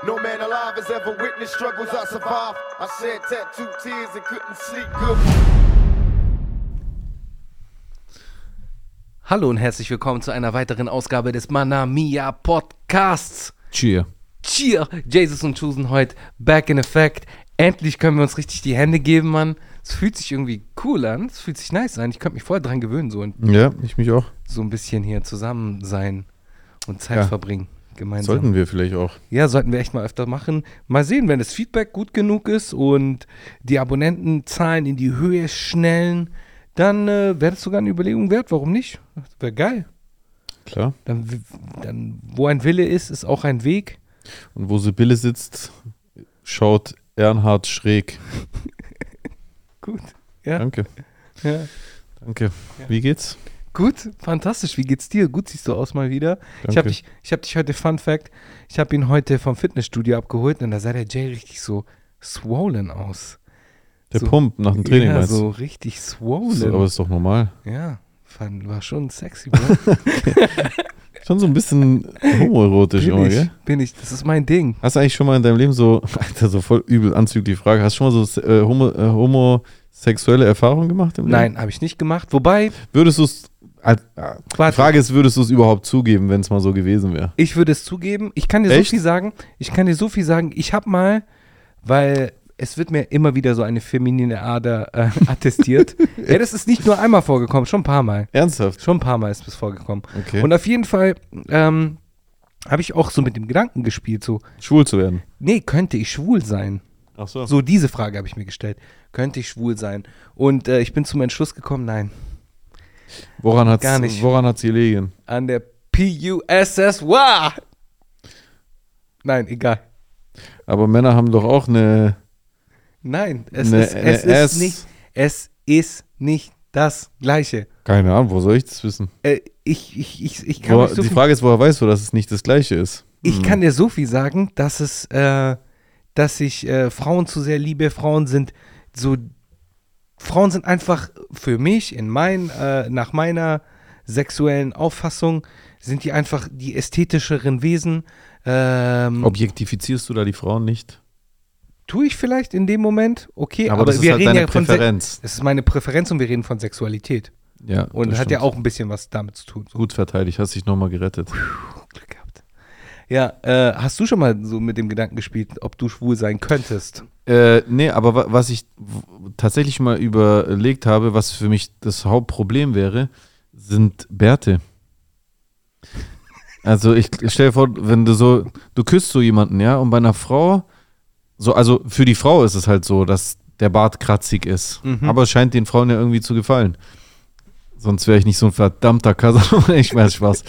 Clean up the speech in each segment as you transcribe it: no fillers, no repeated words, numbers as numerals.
No man alive has ever witnessed struggles I survived. I shed tattooed tears and couldn't sleep good. Hallo und herzlich willkommen zu einer weiteren Ausgabe des Mana Mia Podcasts. Cheer. Cheer! Jesus und Chusen heute back in effect. Endlich können wir uns richtig die Hände geben, Mann. Es fühlt sich irgendwie cool an. Es fühlt sich nice an. Ich könnte mich voll dran gewöhnen, Ja, ich mich auch. so ein bisschen hier zusammen sein und Zeit verbringen. Gemeinsam. Sollten wir vielleicht auch. Ja, sollten wir echt mal öfter machen. Mal sehen, wenn das Feedback gut genug ist und die Abonnentenzahlen in die Höhe schnellen, dann wäre das sogar eine Überlegung wert. Warum nicht? Wäre geil. Klar. Dann, wo ein Wille ist, ist auch ein Weg. Und wo Sibylle sitzt, schaut Ernhard schräg. Gut. Ja. Danke. Ja. Danke. Wie geht's? Gut, fantastisch. Wie geht's dir? Gut siehst du aus mal wieder. Danke. Ich hab dich heute, Fun Fact, ich habe ihn heute vom Fitnessstudio abgeholt und da sah der Jay richtig so swollen aus. Der so, Pump nach dem Training, ja, meinst du? so richtig swollen. So, aber ist doch normal. Ja, war schon sexy, Bro. Schon so ein bisschen homoerotisch immer, gell? Bin ich. Das ist mein Ding. Hast du eigentlich schon mal in deinem Leben so, Alter, so voll übel anzügliche Frage, hast du schon mal so homosexuelle Erfahrungen gemacht im Leben? Nein, habe ich nicht gemacht. Wobei, Würdest du es, die Frage ist, würdest du es überhaupt zugeben, wenn es mal so gewesen wäre? ich würde es zugeben. Ich kann dir Echt? so viel sagen. Ich habe mal, weil es wird mir immer wieder so eine feminine Ader attestiert. Ja, das ist nicht nur einmal vorgekommen, schon ein paar Mal. Ernsthaft? Schon ein paar Mal ist es vorgekommen. Okay. Und auf jeden Fall habe ich auch so mit dem Gedanken gespielt, so, Schwul zu werden? nee, könnte ich schwul sein? Ach so. So diese Frage habe ich mir gestellt. Könnte ich schwul sein? Und ich bin zum Entschluss gekommen, nein. Woran hat's Gar nicht. gelegen? An der PUSSY. Nein, egal. Aber Männer haben doch auch eine... Nein, Es ist nicht das Gleiche. Keine Ahnung, wo soll ich das wissen? Ich kann euch so Die viel, Frage ist, woher weißt du, dass es nicht das Gleiche ist? ich kann dir so viel sagen, dass ich Frauen zu sehr liebe. Frauen sind einfach für mich nach meiner sexuellen Auffassung sind die einfach die ästhetischeren Wesen. Objektifizierst du da die Frauen nicht? Tue ich vielleicht in dem Moment, okay, Aber das ist wir halt reden deine ja von Präferenz. es ist meine Präferenz und wir reden von Sexualität. Ja, Und das hat ja stimmt. auch ein bisschen was damit zu tun. So. Gut verteidigt, hast dich nochmal gerettet. Glück gehabt. Ja, hast du schon mal so mit dem Gedanken gespielt, ob du schwul sein könntest? Nee, aber was ich tatsächlich mal überlegt habe, was für mich das Hauptproblem wäre, sind Bärte. Also ich stell dir vor, wenn du küsst so jemanden, ja, und bei einer Frau, also für die Frau ist es halt so, dass der Bart kratzig ist. Mhm. Aber es scheint den Frauen ja irgendwie zu gefallen. Sonst wäre ich nicht so ein verdammter Casanova. Ich weiß Spaß.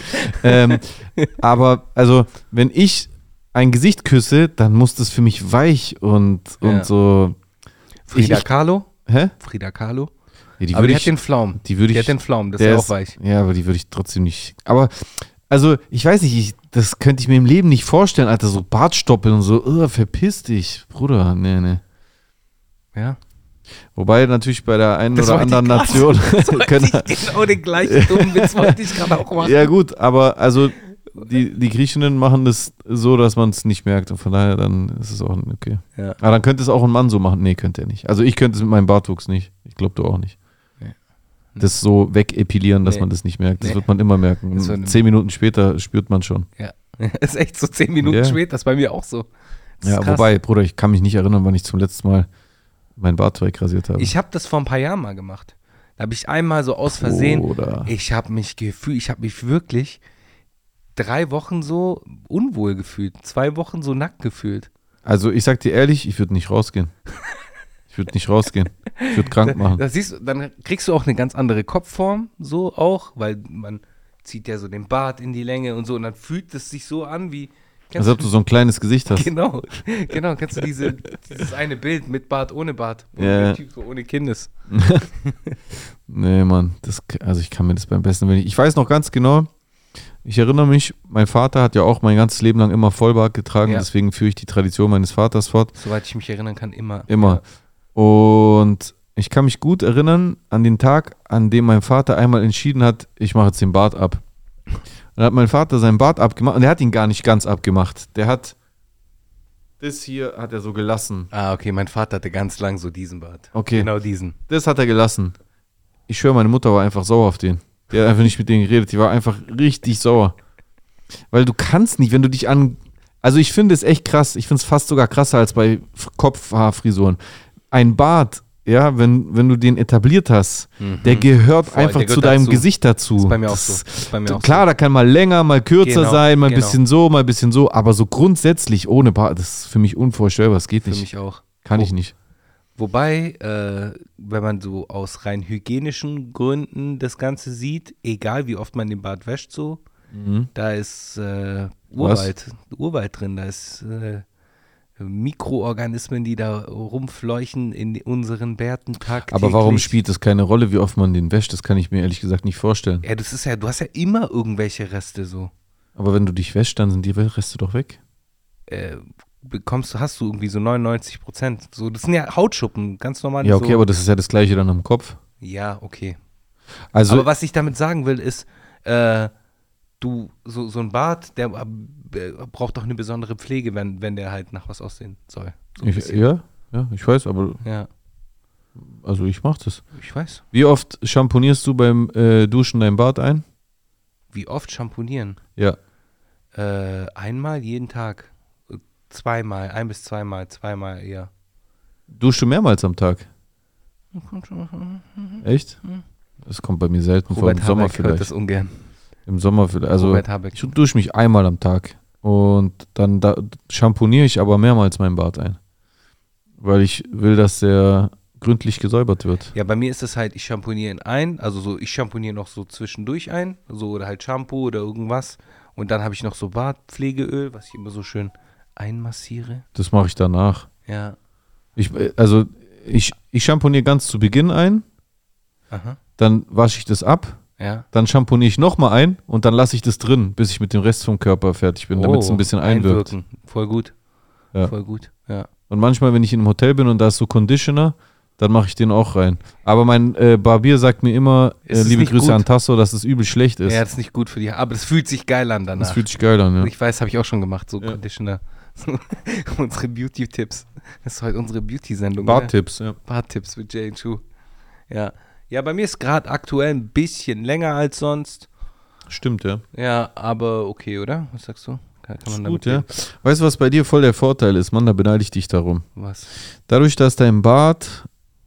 Aber also, wenn ich ein Gesicht küsse, dann muss das für mich weich und Ja. so. Frida Kahlo? Hä? Frida Kahlo? Ja, Aber die hat den Pflaumen. die würde Die ich, hat den Pflaumen, das ist der ja auch weich. Ja, aber die würde ich trotzdem nicht. Aber, also, ich weiß nicht, das könnte ich mir im Leben nicht vorstellen, Alter, so Bartstoppeln und so, verpiss dich, Bruder, nee. Ja. Wobei natürlich bei der einen Das oder wollte anderen ich Nation können, Genau den gleichen dummen Witz wollte ich gerade auch machen. ja gut, aber also die Griechinnen machen das so, dass man es nicht merkt und von daher dann ist es auch okay. Ja. Aber dann könnte es auch ein Mann so machen. Nee, könnte er nicht. Also ich könnte es mit meinem Bartwuchs nicht. Ich glaube, du auch nicht. Nee. Das so wegepilieren, dass Nee. man das nicht merkt. Das Nee. wird man immer merken. Das wird- Und 10 Minuten später spürt man schon. Ja. Ist echt so 10 Minuten Ja. später, das ist bei mir auch so. Das Ja, ist krass. wobei, Bruder, ich kann mich nicht erinnern, wann ich zum letzten Mal meinen Bart wegrasiert habe. Ich habe das vor ein paar Jahren mal gemacht. Da habe ich einmal so aus Versehen, Oder? ich habe mich wirklich 3 Wochen so unwohl gefühlt, 2 Wochen so nackt gefühlt. Also ich sag dir ehrlich, ich würde nicht rausgehen. Ich würde krank machen. Das siehst du, dann kriegst du auch eine ganz andere Kopfform, so auch, weil man zieht ja so den Bart in die Länge und so und dann fühlt es sich so an wie, Als ob du so ein kleines Gesicht hast. genau, kennst du dieses eine Bild mit Bart, ohne Bart, wo Ja. der Typ so ohne Kinn ist. Nee, Mann, also ich kann mir das beim besten Willen nicht. Ich weiß noch ganz genau, ich erinnere mich, mein Vater hat ja auch mein ganzes Leben lang immer Vollbart getragen, Ja. deswegen führe ich die Tradition meines Vaters fort. Soweit ich mich erinnern kann, immer. Immer. Und ich kann mich gut erinnern an den Tag, an dem mein Vater einmal entschieden hat, ich mache jetzt den Bart ab. Dann hat mein Vater seinen Bart abgemacht und der hat ihn gar nicht ganz abgemacht. Der hat Das hier hat er so gelassen. Ah, okay, mein Vater hatte ganz lang so diesen Bart. Okay. Genau diesen. Das hat er gelassen. Ich schwöre, meine Mutter war einfach sauer auf den. Die hat einfach nicht mit denen geredet. Die war einfach richtig sauer. Weil du kannst nicht, wenn du dich an... Also ich finde es echt krass. Ich finde es fast sogar krasser als bei Kopfhaarfrisuren. Ein Bart, ja, wenn du den etabliert hast, der gehört Voll, einfach der zu gehört deinem dazu. Gesicht dazu. Das ist bei mir auch so. Das ist bei mir auch Klar, da kann mal länger, mal kürzer Genau, sein, mal ein genau. bisschen so, mal ein bisschen so. Aber so grundsätzlich ohne Bart, das ist für mich unvorstellbar. Das geht Für nicht. mich auch. Kann ich nicht. Wobei, wenn man so aus rein hygienischen Gründen das Ganze sieht, egal wie oft man den Bart wäscht so, da ist Urwald drin, da ist Mikroorganismen, die da rumfleuchen in unseren Bärten tagtäglich. Aber warum spielt das keine Rolle, wie oft man den wäscht? Das kann ich mir ehrlich gesagt nicht vorstellen. Ja, das ist ja, du hast ja immer irgendwelche Reste so. Aber wenn du dich wäschst, dann sind die Reste doch weg. Hast du irgendwie so 99%. So, das sind ja Hautschuppen, ganz normal. Ja, okay, so. aber das ist ja das Gleiche dann am Kopf. Ja, okay. Also, Aber was ich damit sagen will, ist, so ein Bart, der braucht doch eine besondere Pflege, wenn der halt nach was aussehen soll. So ein bisschen. ja, ich weiß, aber Ja, also ich mach das. ich weiß. Wie oft shampoonierst du beim Duschen dein Bart ein? Wie oft shampoonieren? Ja. Einmal jeden Tag. Zweimal, 1 bis 2 Mal, 2 Mal eher. Duschst du mehrmals am Tag? Echt? Das kommt bei mir selten vor, im Robert Sommer Habeck hört vielleicht. das ungern. Im Sommer vielleicht. Also Robert Habeck. ich dusche mich einmal am Tag und dann shampooniere ich aber mehrmals meinen Bart ein. Weil ich will, dass der gründlich gesäubert wird. Ja, bei mir ist es halt, ich shampooniere ihn ein, also so, ich shampooniere noch so zwischendurch ein, so oder halt Shampoo oder irgendwas. Und dann habe ich noch so Bartpflegeöl, was ich immer so schön einmassiere. Das mache ich danach. Ja. Ich shampooniere ganz zu Beginn ein, Aha. dann wasche ich das ab, Ja. dann shampooniere ich nochmal ein und dann lasse ich das drin, bis ich mit dem Rest vom Körper fertig bin, damit es ein bisschen einwirkt. Einwirken. Voll gut. Ja. Voll gut. Ja. Und manchmal, wenn ich in einem Hotel bin und da ist so Conditioner, dann mache ich den auch rein. Aber mein Barbier sagt mir immer, Ist es liebe nicht Grüße gut? an Tasso, dass es übel schlecht ist. Ja, das ist nicht gut für die Haare, aber das fühlt sich geil an danach. Das fühlt sich geil an, ja. Ich weiß, habe ich auch schon gemacht, so Ja. Conditioner. So, unsere Beauty-Tipps. Das ist heute unsere Beauty-Sendung. oder? Barttipps, ja. Barttipps mit Jay und Chu. Ja. Ja, bei mir ist gerade aktuell ein bisschen länger als sonst. Stimmt, ja. Ja, aber okay, oder? Was sagst du? Kann man Ist damit gut, ja. leben? Weißt du, was bei dir voll der Vorteil ist? Mann, da beneide ich dich darum. Was? Dadurch, dass dein Bart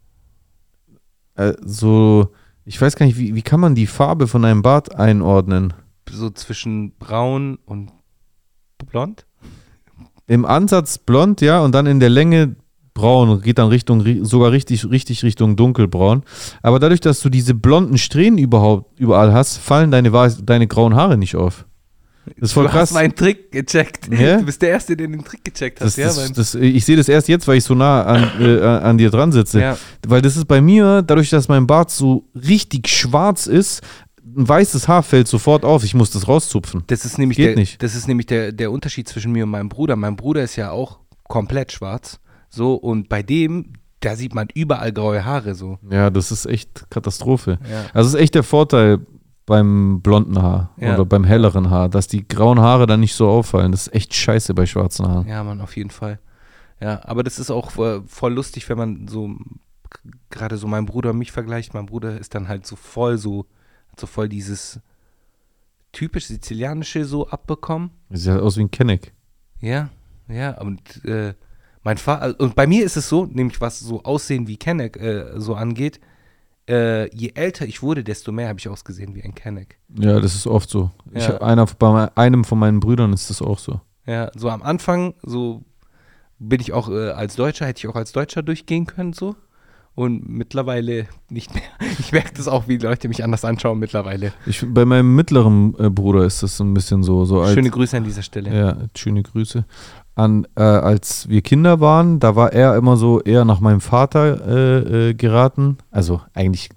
ich weiß gar nicht, wie kann man die Farbe von deinem Bart einordnen? So zwischen braun und blond? Im Ansatz blond, ja, und dann in der Länge braun, geht dann sogar richtig Richtung dunkelbraun. Aber dadurch, dass du diese blonden Strähnen überall hast, fallen deine grauen Haare nicht auf. Das ist voll Du krass. hast meinen Trick gecheckt. Ja? Du bist der Erste, der den Trick gecheckt hat. Ich sehe das erst jetzt, weil ich so nah an dir dran sitze. Ja. Weil das ist bei mir, dadurch, dass mein Bart so richtig schwarz ist, ein weißes Haar fällt sofort auf. Ich muss das rauszupfen. Das ist nämlich, Geht nicht. Das ist nämlich der Unterschied zwischen mir und meinem Bruder. Mein Bruder ist ja auch komplett schwarz. So, und bei dem, da sieht man überall graue Haare so. Ja, das ist echt Katastrophe. Ja. Also das ist echt der Vorteil beim blonden Haar Ja. oder beim helleren Haar, dass die grauen Haare dann nicht so auffallen. Das ist echt scheiße bei schwarzen Haaren. Ja, Mann, auf jeden Fall. Ja, aber das ist auch voll lustig, wenn man so gerade so meinen Bruder und mich vergleicht. Mein Bruder ist dann halt so hat so voll dieses typisch Sizilianische so abbekommen. Das sieht halt aus wie ein Kenneck. Ja, ja, und mein Vater, und bei mir ist es so, nämlich was so Aussehen wie Kenneck so angeht, je älter ich wurde, desto mehr habe ich ausgesehen wie ein Kenneck. Ja, das ist oft so. Ja. Bei einem von meinen Brüdern ist das auch so. Ja, so am Anfang, so bin ich auch hätte ich auch als Deutscher durchgehen können, so. Und mittlerweile nicht mehr. Ich merke das auch, wie die Leute mich anders anschauen mittlerweile. Bei meinem mittleren Bruder ist das so ein bisschen so als, Schöne Grüße an dieser Stelle. ja, schöne Grüße. Als wir Kinder waren, da war er immer so eher nach meinem Vater geraten. Also eigentlich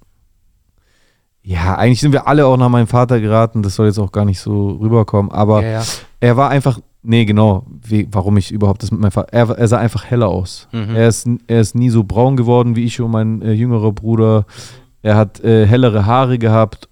sind wir alle auch nach meinem Vater geraten. Das soll jetzt auch gar nicht so rüberkommen. Aber Ja. er war einfach, warum ich überhaupt das mit meinem Vater, er sah einfach heller aus. Mhm. Er ist nie so braun geworden wie ich und mein jüngerer Bruder. Er hat hellere Haare gehabt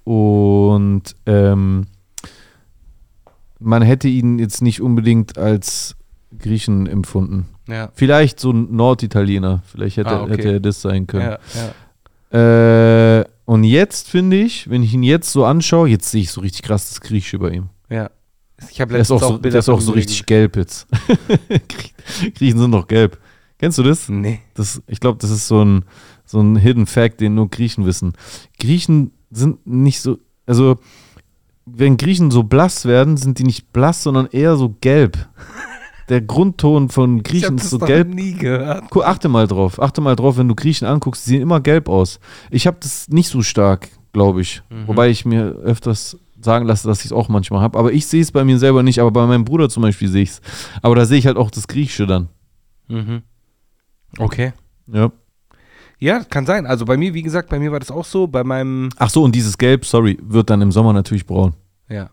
und man hätte ihn jetzt nicht unbedingt als Griechen empfunden. Ja. Vielleicht so ein Norditaliener. Vielleicht hätte Okay. er das sein können. Ja. Und jetzt finde ich, wenn ich ihn jetzt so anschaue, jetzt sehe ich so richtig krass das Griechische bei ihm. Ja. Ich habe Der ist letztens auch so, Bilder der ist auch von so ihm richtig gelb jetzt. Griechen sind doch gelb. Kennst du das? Nee. Ich glaube, das ist so ein Hidden Fact, den nur Griechen wissen. Griechen sind nicht so, also wenn Griechen so blass werden, sind die nicht blass, sondern eher so gelb. Der Grundton von Griechen ist so gelb. Ich habe das nie gehört. Achte mal drauf, wenn du Griechen anguckst, die sehen immer gelb aus. Ich habe das nicht so stark, glaube ich. Wobei ich mir öfters sagen lasse, dass ich es auch manchmal habe. Aber ich sehe es bei mir selber nicht, aber bei meinem Bruder zum Beispiel sehe ich es. Aber da sehe ich halt auch das Griechische dann. Mhm. Okay. Ja. Ja, kann sein. Also bei mir, wie gesagt, bei mir war das auch so. Bei meinem. Ach so, und dieses Gelb, sorry, wird dann im Sommer natürlich braun. Ja.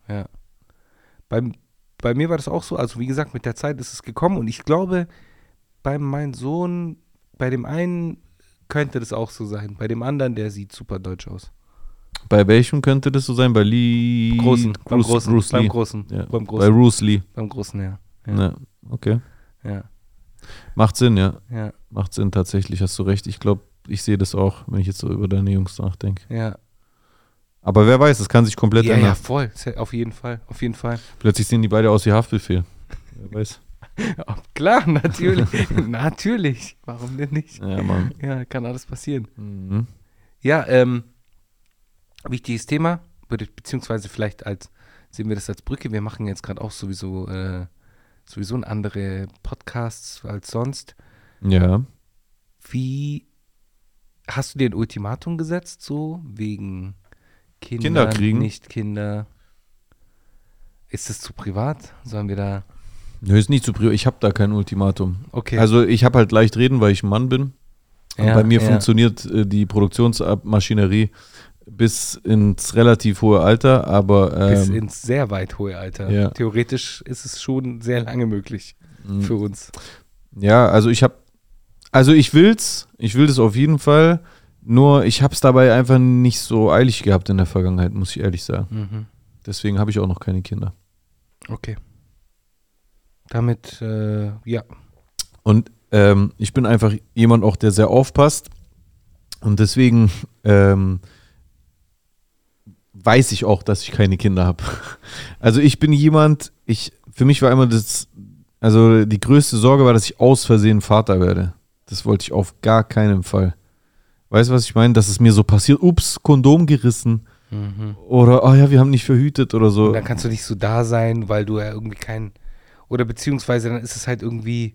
Bei mir war das auch so. Also wie gesagt, mit der Zeit ist es gekommen. Und ich glaube, bei meinem Sohn, bei dem einen könnte das auch so sein. Bei dem anderen, der sieht super deutsch aus. Bei welchem könnte das so sein? Bei Lee? Großen. Beim Bruce Großen. Lee. Beim Großen. Ja. Beim Bei Großen. Bruce Lee. Beim Großen, ja. Ja, okay. Ja. Macht Sinn, ja. Ja. Macht Sinn, tatsächlich, hast du recht. Ich glaube, ich sehe das auch, wenn ich jetzt so über deine Jungs nachdenke. Ja. Aber wer weiß, es kann sich komplett Ja, ändern. ja, voll. Auf jeden Fall. Auf jeden Fall. Plötzlich sehen die beide aus wie Haftbefehl. Wer weiß. Ja, klar, natürlich. Natürlich. Warum denn nicht? Ja, Mann. Ja, kann alles passieren. Mhm. Ja, wichtiges Thema, beziehungsweise vielleicht sehen wir das als Brücke. Wir machen jetzt gerade auch sowieso andere Podcasts als sonst. Ja. Wie hast du dir ein Ultimatum gesetzt, so wegen Kinder kriegen? nicht Kinder? Ist es zu privat? Sollen wir da? Nö, ist nicht zu privat. Ich habe da kein Ultimatum. Okay. Also ich habe halt leicht reden, weil ich ein Mann bin. Und Ja, bei mir ja. funktioniert die Produktionsmaschinerie bis ins relativ hohe Alter, aber Bis ins sehr weit hohe Alter. Ja. Theoretisch ist es schon sehr lange möglich für uns. ja, also ich will das auf jeden Fall, nur ich habe es dabei einfach nicht so eilig gehabt in der Vergangenheit, muss ich ehrlich sagen. Mhm. Deswegen habe ich auch noch keine Kinder. Okay. Damit, ja. Und ich bin einfach jemand auch, der sehr aufpasst und deswegen weiß ich auch, dass ich keine Kinder habe. Also ich bin jemand, für mich war immer die größte Sorge war, dass ich aus Versehen Vater werde. Das wollte ich auf gar keinen Fall. Weißt du, was ich meine? Dass es mir so passiert, ups, Kondom gerissen oder, oh ja, wir haben nicht verhütet oder so. Und dann kannst du nicht so da sein, weil du ja irgendwie oder beziehungsweise dann ist es halt irgendwie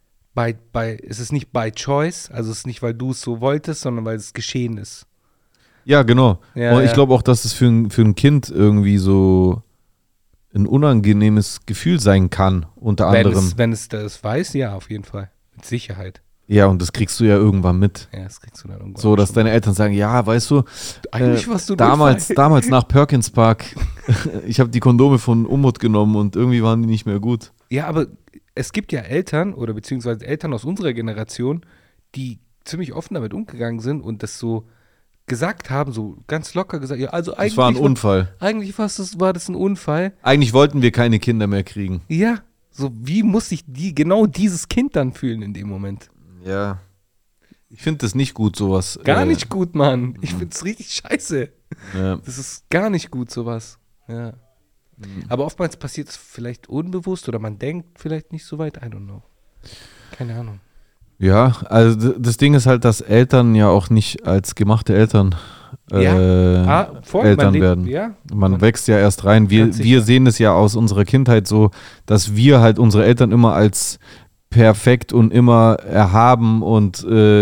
es ist nicht by choice, also es ist nicht, weil du es so wolltest, sondern weil es geschehen ist. Ja, genau. Ja, und ich ja. glaube auch, dass es für ein Kind irgendwie so ein unangenehmes Gefühl sein kann, unter anderem. Wenn es das weiß, ja, auf jeden Fall. Mit Sicherheit. Ja, und das kriegst du ja irgendwann mit. Ja, das kriegst du dann irgendwann. So, dass schon. deine Eltern sagen, ja, weißt du, Eigentlich warst du damals Notfall. nach Perkins Park, ich habe die Kondome von Umut genommen und irgendwie waren die nicht mehr gut. Ja, aber es gibt ja Eltern oder beziehungsweise Eltern aus unserer Generation, die ziemlich offen damit umgegangen sind und das so gesagt haben, so ganz locker gesagt, ja, also eigentlich Das war ein Unfall. Eigentlich war das ein Unfall. Eigentlich wollten wir keine Kinder mehr kriegen. Ja, so wie muss sich genau dieses Kind dann fühlen in dem Moment? Ja. Ich finde das nicht gut, sowas. Gar nicht gut, Mann. Ich finde es richtig scheiße. Ja. Das ist gar nicht gut, sowas. Ja. Aber oftmals passiert es vielleicht unbewusst oder man denkt vielleicht nicht so weit. I don't know. Keine Ahnung. Ja, also das Ding ist halt, dass Eltern ja auch nicht als gemachte Eltern Voll, Eltern man lebt- werden. Ja, Man wächst ja erst rein. Wir Ganz sicher. sehen es ja aus unserer Kindheit so, dass wir halt unsere Eltern immer als perfekt und immer erhaben und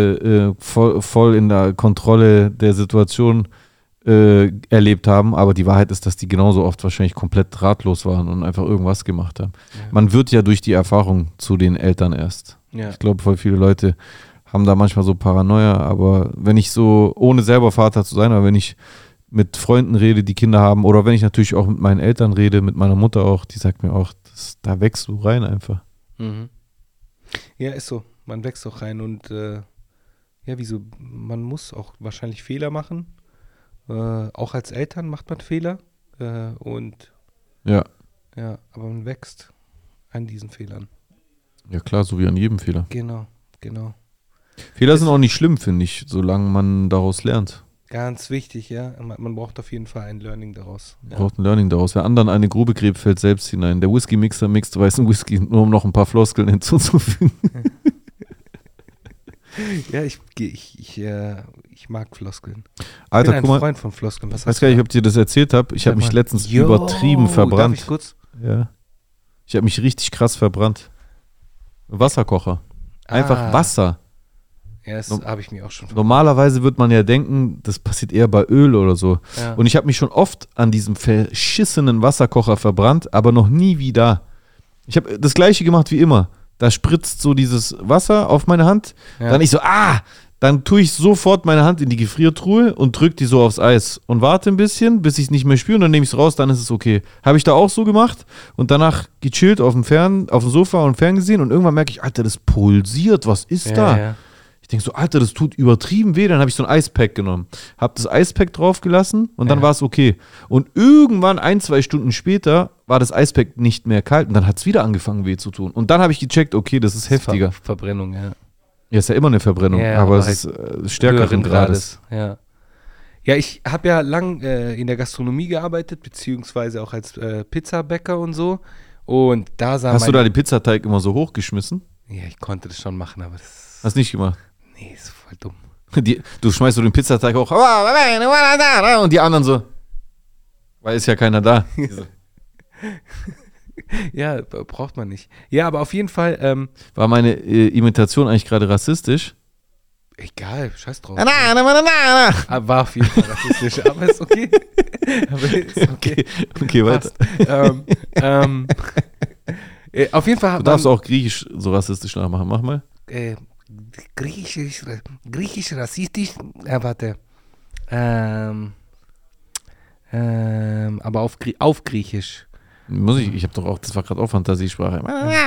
voll in der Kontrolle der Situation erlebt haben. Aber die Wahrheit ist, dass die genauso oft wahrscheinlich komplett ratlos waren und einfach irgendwas gemacht haben. Ja. Man wird ja durch die Erfahrung zu den Eltern erst. Ja. Ich glaube, voll viele Leute haben da manchmal so Paranoia, aber wenn ich so, ohne selber Vater zu sein, aber wenn ich mit Freunden rede, die Kinder haben, oder wenn ich natürlich auch mit meinen Eltern rede, mit meiner Mutter auch, die sagt mir auch, da wächst du rein einfach. Mhm. Ja, ist so. Man wächst auch rein und ja, wieso? Man muss auch wahrscheinlich Fehler machen. Auch als Eltern macht man Fehler. Und Ja. ja, aber man wächst an diesen Fehlern. Ja klar, so wie an jedem Fehler. Genau. Fehler sind auch nicht schlimm, finde ich, solange man daraus lernt. Ganz wichtig, ja. Man braucht auf jeden Fall ein Learning daraus. Man braucht ein Learning daraus. Wer anderen eine Grube gräbt, fällt selbst hinein. Der Whisky-Mixer mixt weißen Whisky, nur um noch ein paar Floskeln hinzuzufügen. Ja, ich mag Floskeln. Alter, ich bin guck ein mal, Freund von Floskeln. Was ich weiß gar nicht, ob ich dir das erzählt habe. Ich habe mich letztens übertrieben verbrannt. Darf ich kurz? Ja. Ich habe mich richtig krass verbrannt. Wasserkocher. Einfach Wasser. Ja, das habe ich mir auch schon Normalerweise würde man ja denken, das passiert eher bei Öl oder so. Ja. Und ich habe mich schon oft an diesem verschissenen Wasserkocher verbrannt, aber noch nie wieder. Ich habe das Gleiche gemacht wie immer. Da spritzt so dieses Wasser auf meine Hand. Ja. Dann ich so, dann tue ich sofort meine Hand in die Gefriertruhe und drücke die so aufs Eis und warte ein bisschen, bis ich es nicht mehr spüre und dann nehme ich es raus, dann ist es okay. Habe ich da auch so gemacht und danach gechillt auf dem Sofa und ferngesehen und irgendwann merke ich, Alter, das pulsiert, was ist da? Ja. Ich denke so, Alter, das tut übertrieben weh. Dann habe ich so ein Eispack genommen. Habe das Eispack draufgelassen und dann war es okay. Und irgendwann, 1-2 Stunden später, war das Eispack nicht mehr kalt und dann hat es wieder angefangen weh zu tun. Und dann habe ich gecheckt, okay, das ist heftiger. Verbrennung, ja. Ja, ist ja immer eine Verbrennung, Ja, aber aber es ist stärkeren Grades. Ja. Ja, ich habe ja lang in der Gastronomie gearbeitet, beziehungsweise auch als Pizzabäcker und so. Und da sah Hast du da den Pizzateig immer so hochgeschmissen? Ja, ich konnte das schon machen, aber das... Hast nicht gemacht? Nee, ist voll dumm. Du schmeißt so den Pizzateig hoch und die anderen so, weil ist ja keiner da. Ja, braucht man nicht. Ja, aber auf jeden Fall... War meine Imitation eigentlich gerade rassistisch? Egal, scheiß drauf. War auf jeden Fall rassistisch, aber ist okay. Okay, weiter. Auf jeden Fall... Du darfst auch Griechisch so rassistisch nachmachen. Mach mal. Griechisch rassistisch, warte. Aber auf Griechisch. Muss ich habe doch auch, das war gerade auch Fantasiesprache.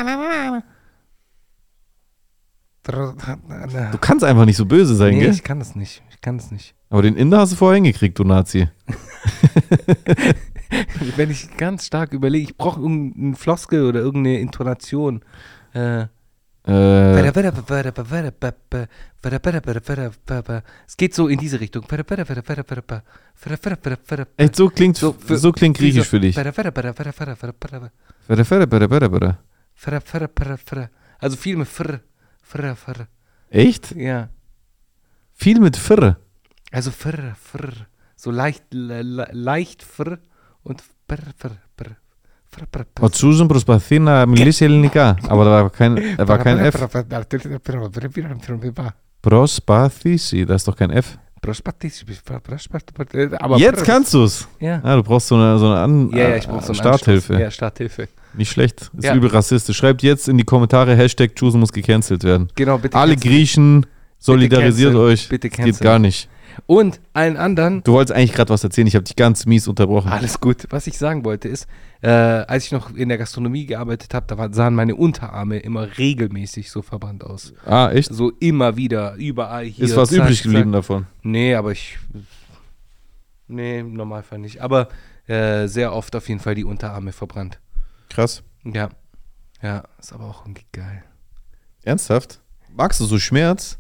Du kannst einfach nicht so böse sein, Nee, gell? ich kann das nicht. Aber den Inder hast du vorher hingekriegt, du Nazi. Wenn ich ganz stark überlege, ich brauche irgendeinen Floskel oder irgendeine Intonation. Es geht so in diese Richtung. Echt, so klingt Griechisch für dich. Also viel mit Fr. Echt? Ja. Viel mit Fr. Also Fr. So leicht Fr und Fr. Ο Τσούζον προσπαθεί να μιλήσει ελληνικά, aber da war kein F. Προσπάθηση, das ist doch kein F. Aber Jetzt kannst du es. Ja. Du brauchst so eine Ich brauche so eine Starthilfe. Ja, Starthilfe. Nicht schlecht. Ist Ja. übel rassistisch. Schreibt jetzt in die Kommentare, Hashtag Chusen muss gecancelt werden. Genau, bitte. Alle Griechen, solidarisiert canceln. euch. Bitte Das geht canceln. gar nicht. Und allen anderen. Du wolltest eigentlich gerade was erzählen, ich habe dich ganz mies unterbrochen. Alles gut. Was ich sagen wollte ist, als ich noch in der Gastronomie gearbeitet habe, sahen meine Unterarme immer regelmäßig so verbrannt aus. Echt? So immer wieder, überall hier. Ist was übrig geblieben davon? Nee, aber Nee, im Normalfall nicht. Aber sehr oft auf jeden Fall die Unterarme verbrannt. Krass. Ja. Ja, ist aber auch irgendwie geil. Ernsthaft? Magst du so Schmerz?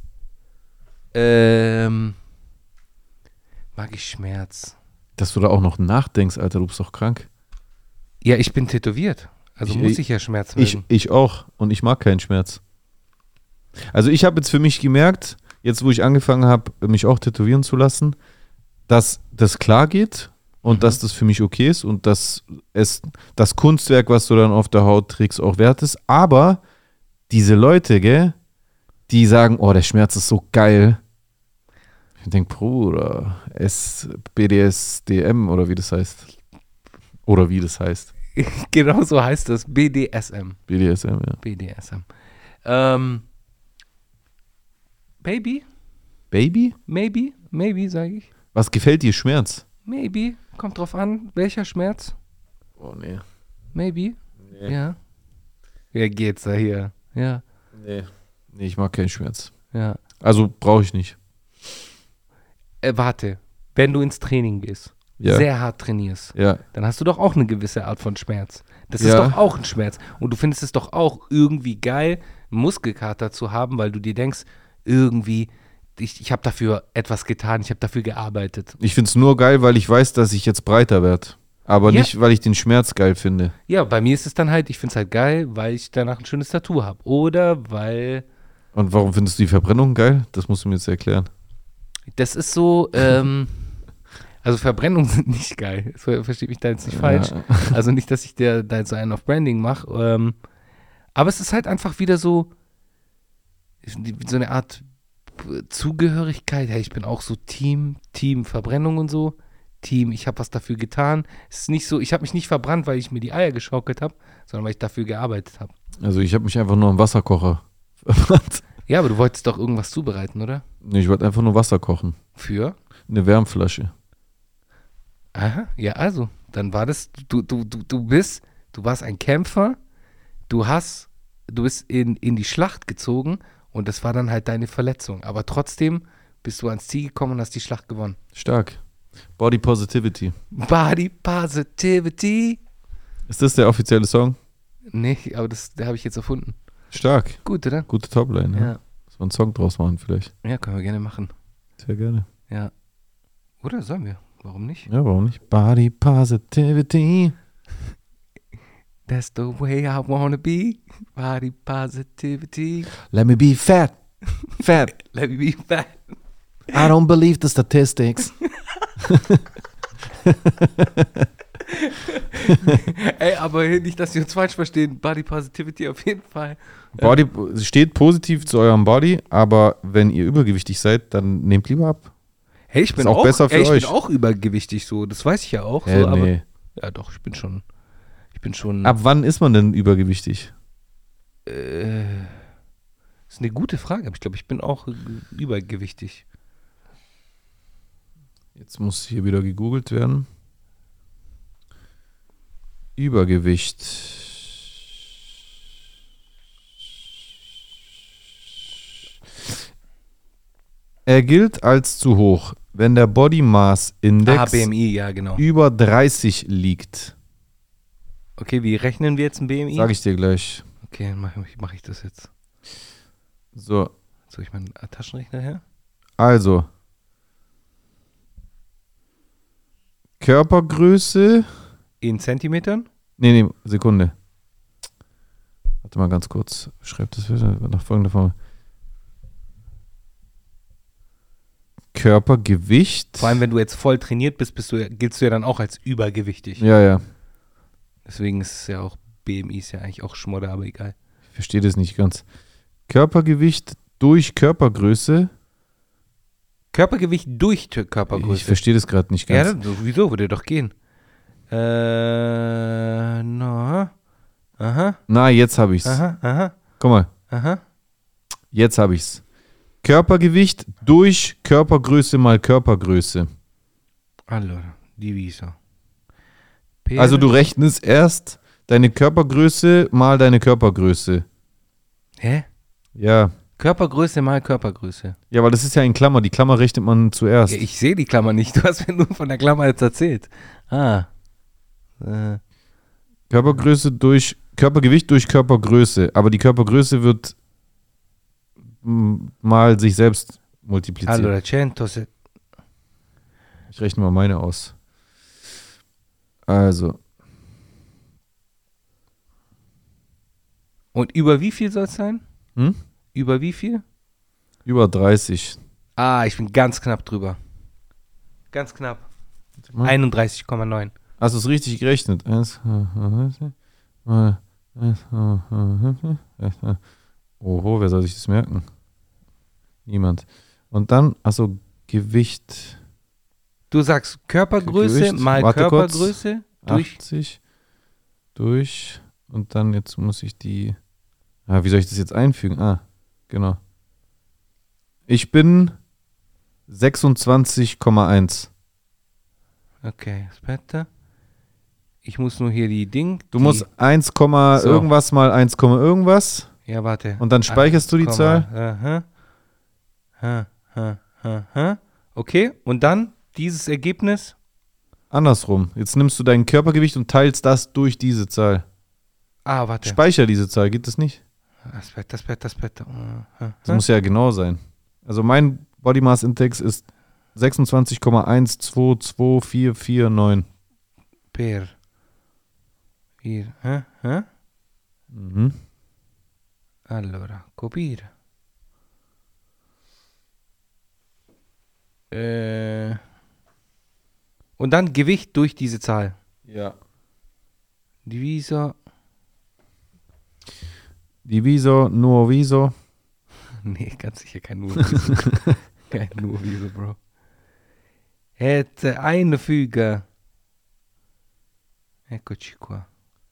Mag ich Schmerz? Dass du da auch noch nachdenkst, Alter, du bist doch krank. Ja, ich bin tätowiert. Also muss ich ja Schmerz mögen. Ich auch. Und ich mag keinen Schmerz. Also ich habe jetzt für mich gemerkt, jetzt wo ich angefangen habe, mich auch tätowieren zu lassen, dass das klar geht und dass das für mich okay ist und dass es das Kunstwerk, was du dann auf der Haut trägst, auch wert ist. Aber diese Leute, gell, die sagen, oh, der Schmerz ist so geil. Ich denke, Bruder, BDSDM oder wie das heißt. Oder wie das heißt. Genau so heißt das. BDSM. BDSM, ja. BDSM. Baby? Baby? Maybe, sage ich. Was gefällt dir Schmerz? Maybe. Kommt drauf an, welcher Schmerz? Oh, nee. Maybe. Nee. Ja. Ja, geht's da hier. Ja. Nee, ich mag keinen Schmerz. Ja. Also brauche ich nicht. Warte. Wenn du ins Training gehst Ja. sehr hart trainierst, Ja. dann hast du doch auch eine gewisse Art von Schmerz. Das ist Ja. doch auch ein Schmerz. Und du findest es doch auch irgendwie geil, einen Muskelkater zu haben, weil du dir denkst, irgendwie, ich habe dafür etwas getan, ich habe dafür gearbeitet. Ich finde es nur geil, weil ich weiß, dass ich jetzt breiter werde. Aber Ja. nicht, weil ich den Schmerz geil finde. Ja, bei mir ist es dann halt, ich finde es halt geil, weil ich danach ein schönes Tattoo habe. Oder weil Und warum findest du die Verbrennung geil? Das musst du mir jetzt erklären. das ist so, also Verbrennungen sind nicht geil. Versteht mich da jetzt nicht falsch. Ja. Also nicht, dass ich da jetzt so einen auf Branding mache. Aber es ist halt einfach wieder so eine Art Zugehörigkeit. Hey, ich bin auch so Team Verbrennung und so. Team, ich habe was dafür getan. Es ist nicht so, ich habe mich nicht verbrannt, weil ich mir die Eier geschaukelt habe, sondern weil ich dafür gearbeitet habe. Also ich habe mich einfach nur am Wasserkocher verbrannt. Ja, aber du wolltest doch irgendwas zubereiten, oder? Nee, ich wollte einfach nur Wasser kochen. Für? Eine Wärmflasche. Aha, ja, also, dann war das, du warst ein Kämpfer, du bist in die Schlacht gezogen und das war dann halt deine Verletzung. Aber trotzdem bist du ans Ziel gekommen und hast die Schlacht gewonnen. Stark. Body Positivity. Body Positivity. Ist das der offizielle Song? Nee, aber der habe ich jetzt erfunden. Stark. Gut, oder? Gute Topline. Ja. Ja. Dass wir einen Song draus machen vielleicht. Ja, können wir gerne machen. Sehr gerne. Ja. Oder sollen wir? Warum nicht? Ja, warum nicht? Body Positivity. That's the way I wanna be. Body Positivity. Let me be fat. Fat. Let me be fat. I don't believe the statistics. Ey, aber nicht, dass wir uns falsch verstehen. Body Positivity auf jeden Fall. Body steht positiv zu eurem Body, aber wenn ihr übergewichtig seid, dann nehmt lieber ab. Hey, ich bin auch besser für ich euch. bin auch übergewichtig so. Das weiß ich ja auch. So, aber, Nee. ja, doch, ich bin schon. Ab wann ist man denn übergewichtig? Ist eine gute Frage, aber ich glaube, ich bin auch übergewichtig. Jetzt muss hier wieder gegoogelt werden. Übergewicht. Er gilt als zu hoch, wenn der Body Mass Index BMI, ja, genau. über 30 liegt. Okay, wie rechnen wir jetzt ein BMI? Sag ich dir gleich. Okay, dann mach ich das jetzt. So, Soll ich meinen Taschenrechner her? also. Körpergröße. In Zentimetern? Nee, Sekunde. Warte mal ganz kurz. Schreib das wieder nach folgender Form. Körpergewicht. Vor allem, wenn du jetzt voll trainiert bist, giltst du ja dann auch als übergewichtig. Ja, ja. Deswegen ist es ja auch, BMI ist ja eigentlich auch Schmodder, aber egal. Ich verstehe das nicht ganz. Körpergewicht durch Körpergröße. Körpergewicht durch Körpergröße. Ich verstehe das gerade nicht Ja, ganz. wieso? Würde doch gehen. No. Aha, Na, jetzt habe ich's. aha. Guck mal, Aha. jetzt habe ich's. Körpergewicht durch Körpergröße mal Körpergröße. Allora, diviso. Also du rechnest erst deine Körpergröße mal deine Körpergröße. Hä? Ja. Körpergröße mal Körpergröße. Ja, weil das ist ja in Klammer. Die Klammer rechnet man zuerst. Ja, ich sehe die Klammer nicht. Du hast mir nur von der Klammer jetzt erzählt. Körpergröße durch Körpergewicht durch Körpergröße. Aber die Körpergröße wird mal sich selbst multipliziert. Allora, 100. Ich rechne mal meine aus. Also. Und über wie viel soll es sein? Hm? Über wie viel? Über 30. Ich bin ganz knapp drüber. Ganz knapp. 31,9. Hast du es richtig gerechnet? Oho, wer soll sich das merken? Niemand. Und dann, also Gewicht. Du sagst Körpergröße Gewicht, mal warte kurz. Körpergröße durch. 80 durch. Und dann jetzt muss ich die. Wie soll ich das jetzt einfügen? Genau. Ich bin 26,1. Okay, aspetta. Ich muss nur hier die Ding. Du musst 1, irgendwas mal 1, irgendwas. Ja, warte. Und dann speicherst du die Zahl. Okay, und dann dieses Ergebnis. Andersrum. Jetzt nimmst du dein Körpergewicht und teilst das durch diese Zahl. Ah, warte. Speicher diese Zahl, geht das nicht? Aspetta. Das muss ja genau sein. Also mein Body Mass Index ist 26,122449. Per. Hier. Mhm. Allora, copiere. Und dann Gewicht durch diese Zahl. Ja. Diviso. Diviso, nuoviso. Nee, ganz sicher kein Nuoviso. Kein Nuoviso, Bro. Einfüge. Eccoci qua.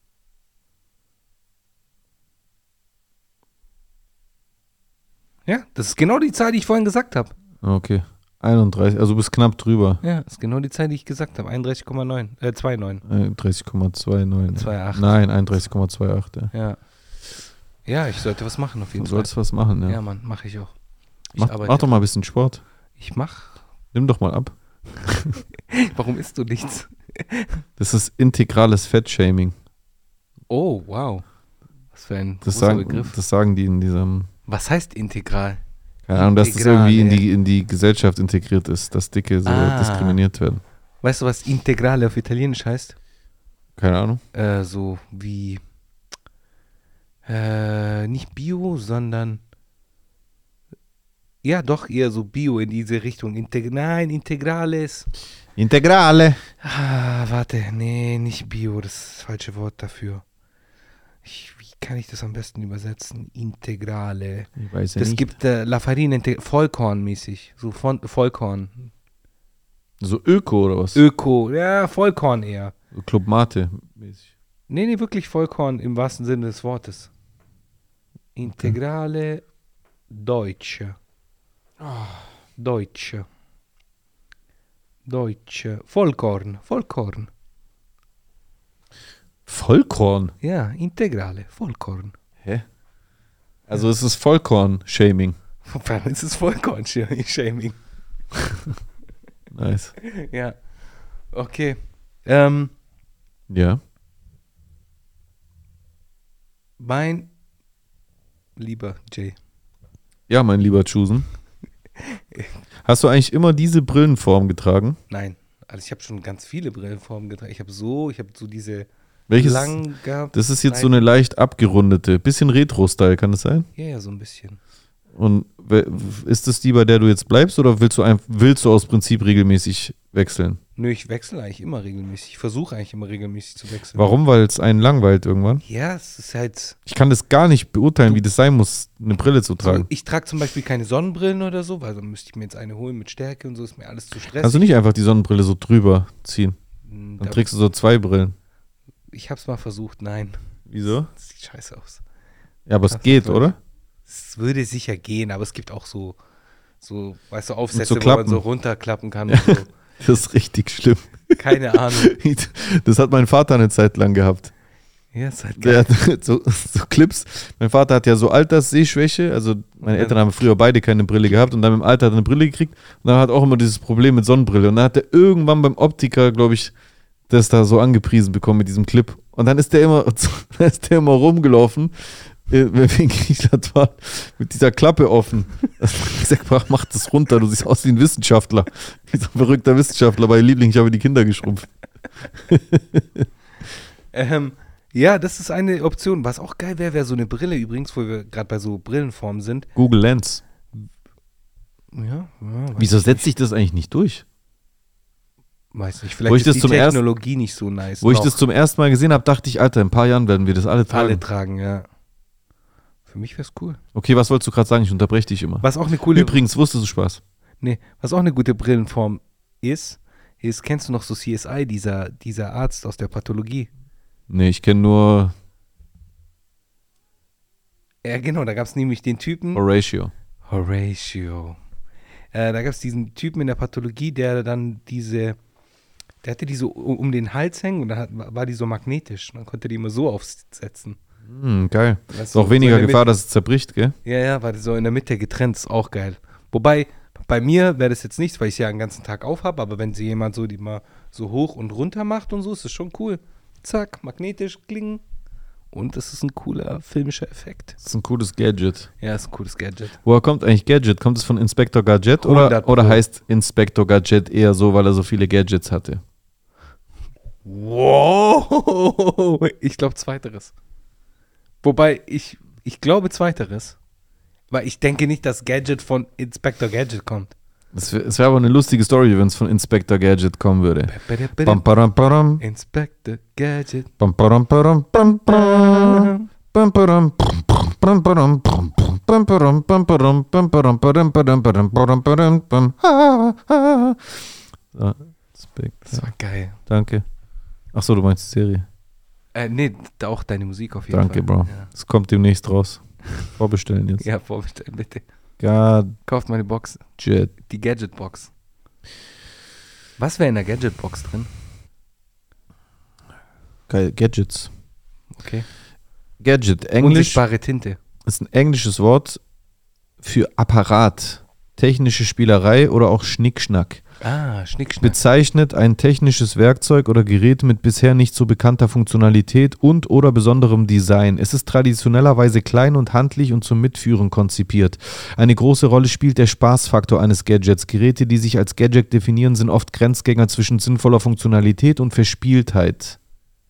Ja, das ist genau die Zahl, die ich vorhin gesagt habe. Okay. 31, also du bist knapp drüber. Ja, das ist genau die Zahl, die ich gesagt habe. 31,9. 29. 31,29. 2,8. Nein, 31,28. Ja. Ja. Ja, ich sollte was machen auf jeden Du Fall. sollst was machen, ja. Ja, Mann, mache ich auch. Ich Mach arbeite. doch mal ein bisschen Sport. Ich mach. Nimm doch mal ab. Warum isst du nichts? Das ist integrales Fettshaming. Oh, wow. Was für ein Das großer Begriff. sagen die in diesem, Was heißt integral? keine Ahnung, dass das Integral, irgendwie in die Gesellschaft integriert ist, dass Dicke so diskriminiert werden. Weißt du, was Integrale auf Italienisch heißt? Keine Ahnung. So wie nicht Bio, sondern ja, doch eher so Bio in diese Richtung. Nein, Integrales. Integrale. Warte, nee, nicht Bio, das ist das falsche Wort dafür. Wie kann ich das am besten übersetzen? Integrale. Ich weiß ja Das nicht. gibt La Farina Vollkornmäßig. So Vollkorn. So Öko oder was? Öko, ja, Vollkorn eher. So Club Mate mäßig. Nee, wirklich Vollkorn im wahrsten Sinne des Wortes. Integrale Deutsche. Deutsche. Vollkorn. Vollkorn? Ja, Integrale, Vollkorn. Hä? Also es ist Vollkorn-Shaming. Wann ist es Vollkorn-Shaming? Nice. Ja. Okay. Ja. Mein lieber Jay. Ja, mein lieber Chusen. Hast du eigentlich immer diese Brillenform getragen? Nein. Also ich habe schon ganz viele Brillenformen getragen. Ich habe so diese Welches? lang gehabt. Das ist jetzt so eine leicht abgerundete, bisschen Retro-Style, kann das sein? Ja, so ein bisschen. Und ist das die, bei der du jetzt bleibst, oder willst du aus Prinzip regelmäßig wechseln? Nö, ich wechsle eigentlich immer regelmäßig. Ich versuche eigentlich immer regelmäßig zu wechseln. Warum? Weil es einen langweilt irgendwann? Ja, es ist halt. Ich kann das gar nicht beurteilen, wie das sein muss, eine Brille zu So, tragen. ich trage zum Beispiel keine Sonnenbrillen oder so, weil dann müsste ich mir jetzt eine holen mit Stärke und so, ist mir alles zu stressig. Also nicht einfach die Sonnenbrille so drüber ziehen. Dann Da- trägst du so 2 Brillen. Ich hab's mal versucht, nein. Wieso? Das sieht scheiße aus. Ja, aber es Das geht, ist oder? Es würde sicher gehen, aber es gibt auch so weißt du, Aufsätze, so wo man Klappen. so runterklappen kann und so. Das ist richtig schlimm. Keine Ahnung. Das hat mein Vater eine Zeit lang gehabt. Ja, ist halt Der geil. hat so Clips. Mein Vater hat ja so Alterssehschwäche. Also meine Eltern haben früher beide keine Brille gehabt und dann im Alter hat er eine Brille gekriegt. Und dann hat er auch immer dieses Problem mit Sonnenbrille. Und dann hat er irgendwann beim Optiker, glaube ich, das da so angepriesen bekommen mit diesem Clip. Und dann ist der immer rumgelaufen, wenn wir in Griechenland waren, mit dieser Klappe offen. Ich gesagt, mach das runter, du siehst aus wie ein Wissenschaftler. Wie so ein verrückter Wissenschaftler bei Liebling, ich habe die Kinder geschrumpft. Ja, das ist eine Option. Was auch geil wäre so eine Brille übrigens, wo wir gerade bei so Brillenformen sind. Google Lens. Ja, Wieso setzt sich das eigentlich nicht durch? weiß nicht. Wo ich Vielleicht das ist die zum ersten- Technologie nicht so nice. Wo ich noch. das zum ersten Mal gesehen habe, dachte ich, Alter, in ein paar Jahren werden wir das alle tragen. alle tragen, ja. Für mich wäre es cool. Okay, was wolltest du gerade sagen? Ich unterbreche dich immer. Was auch eine coole Übrigens, wusstest du Spaß? was auch eine gute Brillenform ist, kennst du noch so CSI, dieser Arzt aus der Pathologie? Nee, ich kenne nur Ja, genau, da gab es nämlich den Typen. Horatio. Horatio. Da gab es diesen Typen in der Pathologie, der dann der hatte die so um den Hals hängen und dann war die so magnetisch. Man konnte die immer so aufsetzen. Geil. Weißt Ist du, auch so weniger in der Gefahr, dass es zerbricht, gell? Ja, war so in der Mitte getrennt, ist auch geil. Wobei, bei mir wäre das jetzt nichts, weil ich es ja den ganzen Tag auf habe, aber wenn sie jemand so die mal so hoch und runter macht und so, ist das schon cool. Zack, magnetisch, kling. Und es ist ein cooler filmischer Effekt. Das ist ein cooles Gadget. Ja, ist ein cooles Gadget. Woher kommt eigentlich Gadget? Kommt es von Inspector Gadget oder 100%. heißt Inspector Gadget eher so, weil er so viele Gadgets hatte? Wow! Ich glaube zweiteres. Wobei, ich glaube zweiteres. Weil ich denke nicht, dass Gadget von Inspector Gadget kommt. Es wär aber eine lustige Story, wenn es von Inspector Gadget kommen würde. Bam, param, param. Inspector Gadget. Bam, param, param, bam, bam. Bam, param, bam, param, bam, bam, param, bam, param, bam, param, param, param, param, param, param, bam. Ha, ha. So, Das war geil. Danke. Achso, du meinst die Serie. Nee, auch deine Musik auf jeden Danke, Fall. Bro. Ja. Es kommt demnächst raus. Vorbestellen jetzt. Ja, vorbestellen, bitte. Gadget. Kauft meine Box. Die Gadget-Box. Was wäre in der Gadget-Box drin? Geil, Gadgets. Okay. Gadget, Englisch, Unsichtbare Tinte. ist ein englisches Wort für Apparat, technische Spielerei oder auch Schnickschnack. Ah, Schnickschnack. Bezeichnet ein technisches Werkzeug oder Gerät mit bisher nicht so bekannter Funktionalität und oder besonderem Design. Es ist traditionellerweise klein und handlich und zum Mitführen konzipiert. Eine große Rolle spielt der Spaßfaktor eines Gadgets. Geräte, die sich als Gadget definieren, sind oft Grenzgänger zwischen sinnvoller Funktionalität und Verspieltheit.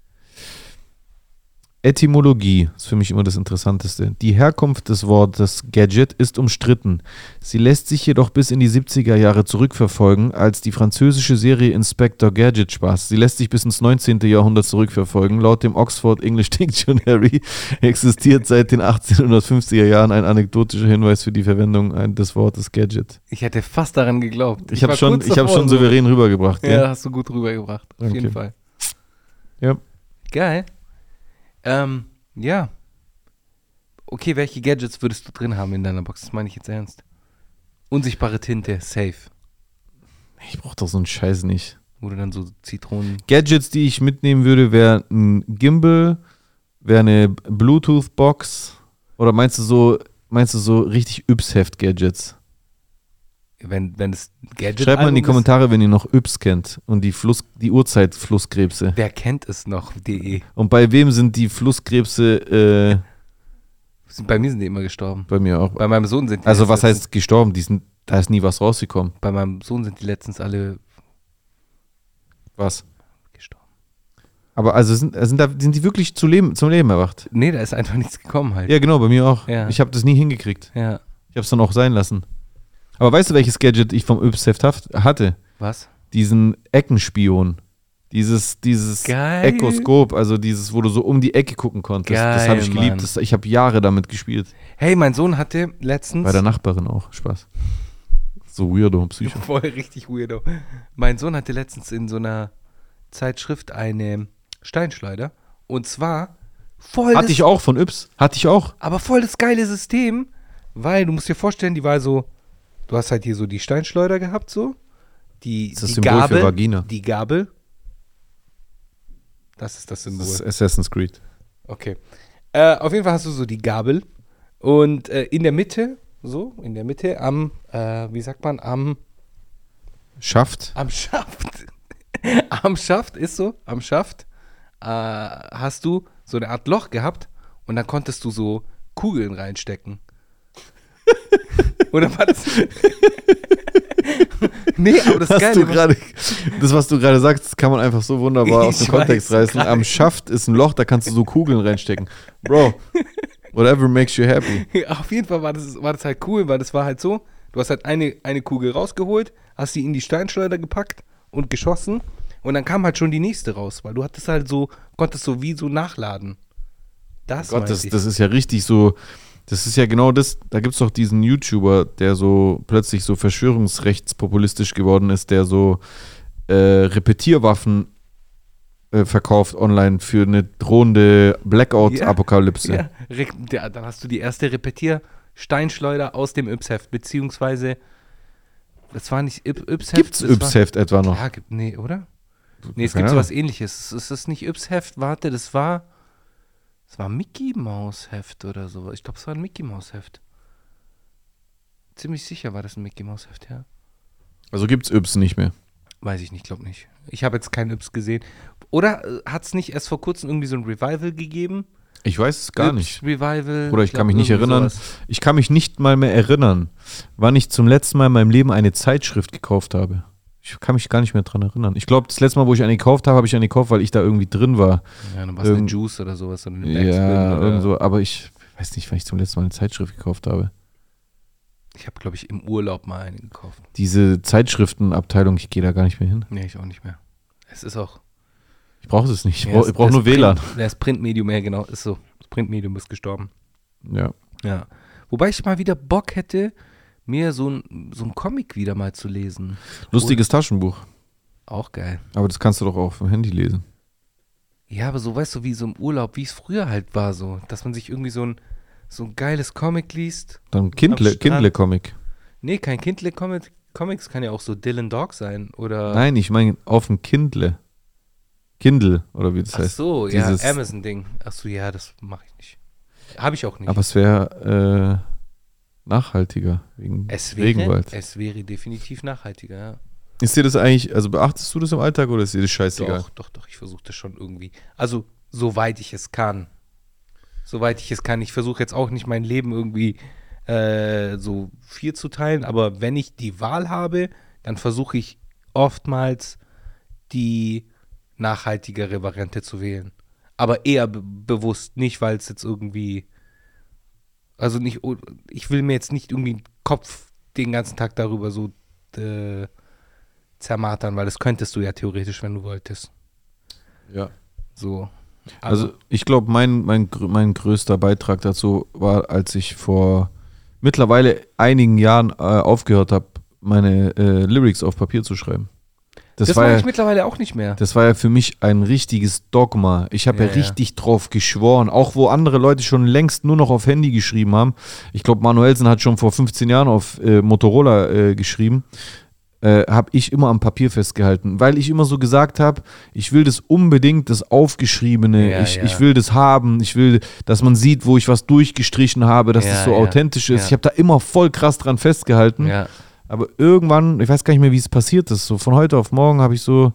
Etymologie ist für mich immer das Interessanteste. Die Herkunft des Wortes Gadget ist umstritten. Sie lässt sich jedoch bis in die 70er Jahre zurückverfolgen, als die französische Serie Inspector Gadget spaß. Sie lässt sich bis ins 19. Jahrhundert zurückverfolgen. Laut dem Oxford English Dictionary existiert seit den 1850er Jahren ein anekdotischer Hinweis für die Verwendung des Wortes Gadget. Ich hätte fast daran geglaubt. Ich habe schon davor, souverän rübergebracht. Ja, hast du gut rübergebracht. Auf Danke. jeden Fall. Ja. Geil. Ja. Okay, welche Gadgets würdest du drin haben in deiner Box? Das meine ich jetzt ernst. Unsichtbare Tinte, safe. Ich brauche doch so einen Scheiß nicht. Wo du dann so Zitronen... Gadgets, die ich mitnehmen würde, wäre ein Gimbal, wäre eine Bluetooth-Box oder meinst du so richtig Yps-Heft-Gadgets? Wenn es Gadget Schreibt mal in die ist, Kommentare, wenn ihr noch Yps kennt und die Urzeit-Flusskrebse. wer kennt es noch.de. Und bei wem sind die Flusskrebse Bei mir sind die immer gestorben. bei mir auch? Bei meinem Sohn sind die Also was letztens- heißt gestorben? Da ist nie was rausgekommen. Bei meinem Sohn sind die letztens alle Was? gestorben. Aber also sind die wirklich zum Leben erwacht? Nee, da ist einfach nichts gekommen halt. Ja, genau, bei mir auch. Ja. Ich habe das nie hingekriegt. Ja. Ich habe es dann auch sein lassen. Aber weißt du, welches Gadget ich vom Yps-Heft hatte? Was? Diesen Eckenspion. Dieses Geil. Echoskop, also dieses, wo du so um die Ecke gucken konntest. Das habe ich Geil, geliebt. Mann. Ich habe Jahre damit gespielt. Hey, mein Sohn hatte letztens... Bei der Nachbarin auch. Spaß. So weirdo, Psycho. Voll richtig weirdo. Mein Sohn hatte letztens in so einer Zeitschrift eine Steinschleuder. Und zwar voll Hatte ich auch von Yps. Hatte ich auch. aber voll das geile System, weil du musst dir vorstellen, die war so, du hast halt hier so die Steinschleuder gehabt, so. Die, Das ist das die Symbol Gabel, für Vagina. Die Gabel. Das ist das Symbol. Das ist Assassin's Creed. Okay. Auf jeden Fall hast du so die Gabel und in der Mitte am, wie sagt man, am Schaft. Schaft. Am Schaft hast du so eine Art Loch gehabt und da konntest du so Kugeln reinstecken. Oder war das? Nee, aber das Geile Das, was du gerade sagst, das kann man einfach so wunderbar aus dem Ich Kontext weiß, reißen. Am Schaft ist ein Loch, da kannst du so Kugeln reinstecken. Bro, whatever makes you happy. Auf jeden Fall war das halt cool, weil das war halt so, du hast halt eine Kugel rausgeholt, hast sie in die Steinschleuder gepackt und geschossen und dann kam halt schon die nächste raus, weil du hattest halt so, konntest so wie so nachladen. Das Gott, meinte das ich. ist ja richtig so, das ist ja genau das, da gibt es doch diesen YouTuber, der so plötzlich so verschwörungsrechtspopulistisch geworden ist, der so Repetierwaffen verkauft online für eine drohende Blackout-Apokalypse. Ja, dann hast du die erste Repetier-Steinschleuder aus dem Yps-Heft, beziehungsweise, das war nicht Yps-Heft. Gibt's Yps-Heft etwa noch? Ja, nee, oder? Nee, es Keine gibt Ahnung. sowas ähnliches. Es ist nicht Yps-Heft, warte, das war Mickey Maus-Heft oder so. Ich glaube, es war ein Mickey Maus-Heft. Ziemlich sicher war das ein Mickey Maus-Heft, ja. Also gibt's Yps nicht mehr. Weiß ich nicht, glaube nicht. Ich habe jetzt keinen Yps gesehen. Oder hat es nicht erst vor kurzem irgendwie so ein Revival gegeben? Ich weiß es gar Yps nicht. Revival. Oder ich kann glaub, mich nicht irgendwie erinnern. sowas. Ich kann mich nicht mal mehr erinnern, wann ich zum letzten Mal in meinem Leben eine Zeitschrift gekauft habe. Ich kann mich gar nicht mehr dran erinnern. Ich glaube, das letzte Mal, wo ich eine gekauft habe, habe ich eine gekauft, weil ich da irgendwie drin war. Ja, dann war es eine Juice oder sowas. Oder eine Backspin Ja, oder irgend so. Aber ich weiß nicht, wann ich zum letzten Mal eine Zeitschrift gekauft habe. Ich habe, glaube ich, im Urlaub mal eine gekauft. Diese Zeitschriftenabteilung, ich gehe da gar nicht mehr hin. Nee, ich auch nicht mehr. Es ist auch. Ich brauche es nicht. Ich Ja, brauche nur WLAN. Das Printmedium, ja genau, ist so. Das Printmedium ist gestorben. Ja. Ja. Wobei ich mal wieder Bock hätte, mir so ein Comic wieder mal zu lesen. Lustiges Taschenbuch. Auch geil. Aber das kannst du doch auch auf dem Handy lesen. Ja, aber so, weißt du, wie so im Urlaub, wie es früher halt war, so, dass man sich irgendwie so ein geiles Comic liest. Dann Strand. Kindle-Comic. Nee, kein Kindle-Comic. Comics kann ja auch so Dylan Dog sein oder. Nein, ich meine auf dem Kindle. Kindle, oder wie das Ach heißt. so, Dieses- ja, Amazon-Ding. Ach so, ja, das mache ich nicht. Habe ich auch nicht. Aber es wäre nachhaltiger wegen Regenwald. Es wäre definitiv nachhaltiger, ja. Ist dir das eigentlich, also beachtest du das im Alltag oder ist dir das scheißegal? Doch, ich versuche das schon irgendwie. Also, soweit ich es kann. Ich versuche jetzt auch nicht mein Leben irgendwie so viel zu teilen, aber wenn ich die Wahl habe, dann versuche ich oftmals die nachhaltigere Variante zu wählen. Aber eher bewusst, nicht weil es jetzt irgendwie, also nicht, ich will mir jetzt nicht irgendwie den Kopf den ganzen Tag darüber so zermartern, weil das könntest du ja theoretisch, wenn du wolltest. Ja. So. Also ich glaube, mein größter Beitrag dazu war, als ich vor mittlerweile einigen Jahren aufgehört habe, meine Lyrics auf Papier zu schreiben. das war mache ja, ich mittlerweile auch nicht mehr. das war ja für mich ein richtiges Dogma. Ich habe ja Ja. richtig drauf geschworen, auch wo andere Leute schon längst nur noch auf Handy geschrieben haben. Ich glaube, Manuelsen hat schon vor 15 Jahren auf Motorola geschrieben. Habe ich immer am Papier festgehalten, weil ich immer so gesagt habe, ich will das unbedingt, das Aufgeschriebene, Ja, ich will das haben, ich will, dass man sieht, wo ich was durchgestrichen habe, dass Ja, das so ja, authentisch ist. ja. Ich habe da immer voll krass dran festgehalten, Ja. aber irgendwann, ich weiß gar nicht mehr, wie es passiert ist, so von heute auf morgen habe ich so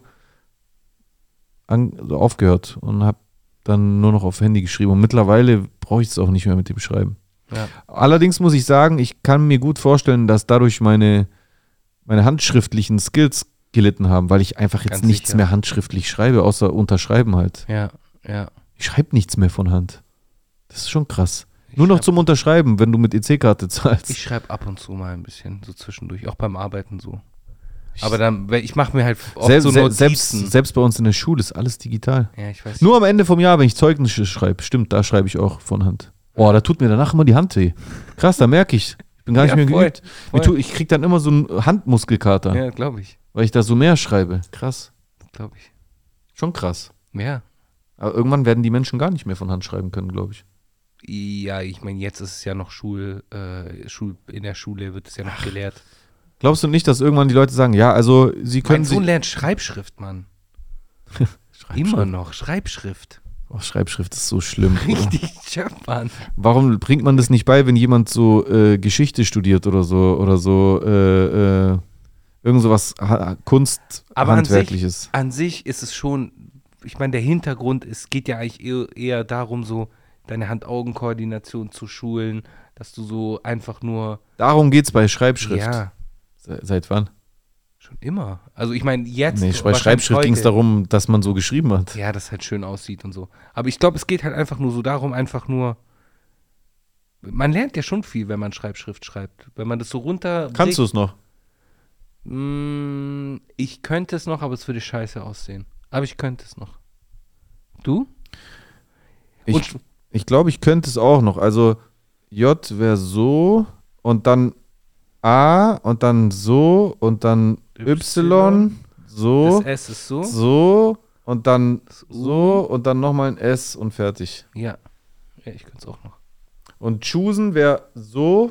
aufgehört und habe dann nur noch auf Handy geschrieben und mittlerweile brauche ich es auch nicht mehr mit dem Schreiben. Ja. Allerdings muss ich sagen, ich kann mir gut vorstellen, dass dadurch meine handschriftlichen Skills gelitten haben, weil ich einfach jetzt Ganz nichts sicher. mehr handschriftlich schreibe, außer unterschreiben halt. Ja. Ich schreibe nichts mehr von Hand. Das ist schon krass. Nur noch zum Unterschreiben, wenn du mit EC-Karte zahlst. Ich schreibe ab und zu mal ein bisschen, so zwischendurch, auch beim Arbeiten so. Aber dann, ich mache mir halt oft so Notizen. selbst bei uns in der Schule ist alles digital. Ja, ich weiß. Nur am Ende vom Jahr, wenn ich Zeugnisse schreibe, stimmt, da schreibe ich auch von Hand. Oh, da tut mir danach immer die Hand weh. Krass, da merke ich. Ich bin gar nicht Ja, mehr voll, geübt. voll. Ich krieg dann immer so einen Handmuskelkater, Ja, glaube ich. weil ich da so mehr schreibe. Krass. Glaube ich. Schon krass. Ja. Aber irgendwann werden die Menschen gar nicht mehr von Hand schreiben können, glaube ich. Ja, ich meine, jetzt ist es ja noch in der Schule wird es ja noch gelehrt. Glaubst du nicht, dass irgendwann die Leute sagen, ja, also sie können Mein Sohn sich... lernt Schreibschrift, Mann. Immer noch, Schreibschrift. Oh, Schreibschrift ist so schlimm. Oder? Richtig, Mann. Warum bringt man das nicht bei, wenn jemand so Geschichte studiert oder so irgend sowas Aber Handwerkliches? an sich ist es schon, ich meine, der Hintergrund, es geht ja eigentlich eher darum, so deine Hand-Augen-Koordination zu schulen, dass du so einfach nur, Darum geht's bei Schreibschrift. ja, Seit wann? schon immer. Also ich meine, jetzt. Nee, bei wahrscheinlich Schreibschrift ging es heute. darum, dass man so geschrieben hat. Ja, dass es halt schön aussieht und so. Aber ich glaube, es geht halt einfach nur so darum, einfach nur, man lernt ja schon viel, wenn man Schreibschrift schreibt. Wenn man das so runter. Kannst du es noch? Ich könnte es noch, aber es würde scheiße aussehen. Aber ich könnte es noch. Du? Ich glaube, ich könnte es auch noch. Also J wäre so und dann A und dann so und dann Y, so, Das S ist so. so und dann Das U. so und dann nochmal ein S und fertig. Ja. Ja, ich könnte es auch noch. Und choosen wäre so,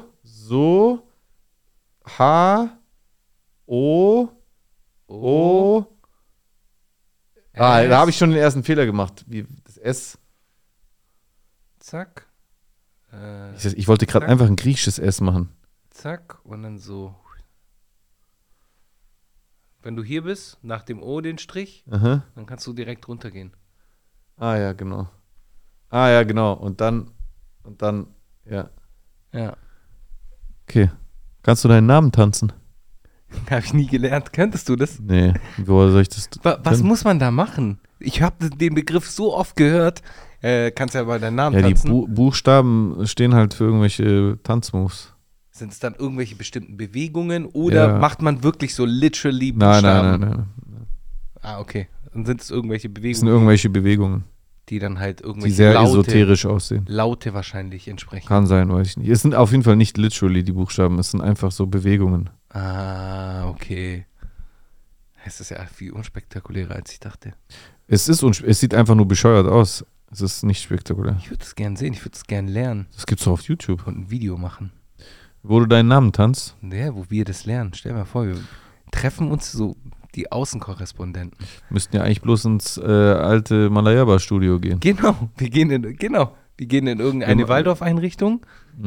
H, O, O. Da habe ich schon den ersten Fehler gemacht. Wie das S. Zack. Ich wollte gerade einfach ein griechisches S machen. Zack. Und dann so. Wenn du hier bist, nach dem O den Strich, Aha. dann kannst du direkt runtergehen. Ah ja, genau. Ah ja, genau. Und dann, ja. Ja. Okay. Kannst du deinen Namen tanzen? Habe ich nie gelernt. Könntest du das? Nee. Woher soll ich das Was können? muss man da machen? Ich habe den Begriff so oft gehört. Kannst ja mal deinen Namen Ja, die tanzen. Buchstaben stehen halt für irgendwelche Tanzmoves. Sind es dann irgendwelche bestimmten Bewegungen oder Ja. macht man wirklich so literally Nein, Buchstaben? nein. Ah, okay. Dann sind es irgendwelche Das Bewegungen, sind irgendwelche Bewegungen, die dann halt die irgendwelche sehr esoterisch aussehen. Laute wahrscheinlich entsprechen. Kann sein, weiß ich nicht. Es sind auf jeden Fall nicht literally die Buchstaben, es sind einfach so Bewegungen. Ah, okay. Es ist ja viel unspektakulärer, als ich dachte. Es sieht einfach nur bescheuert aus. Es ist nicht spektakulär. Ich würde es gern sehen, ich würde es gern lernen Das gibt's doch auf YouTube. und ein Video machen. Wo du deinen Namen tanzt. Ja, wo wir das lernen. Stell dir mal vor, wir treffen uns so die Außenkorrespondenten. Müssten ja eigentlich bloß ins alte Malayaba-Studio gehen. Genau, wir gehen in irgendeine Ja, Waldorfeinrichtung,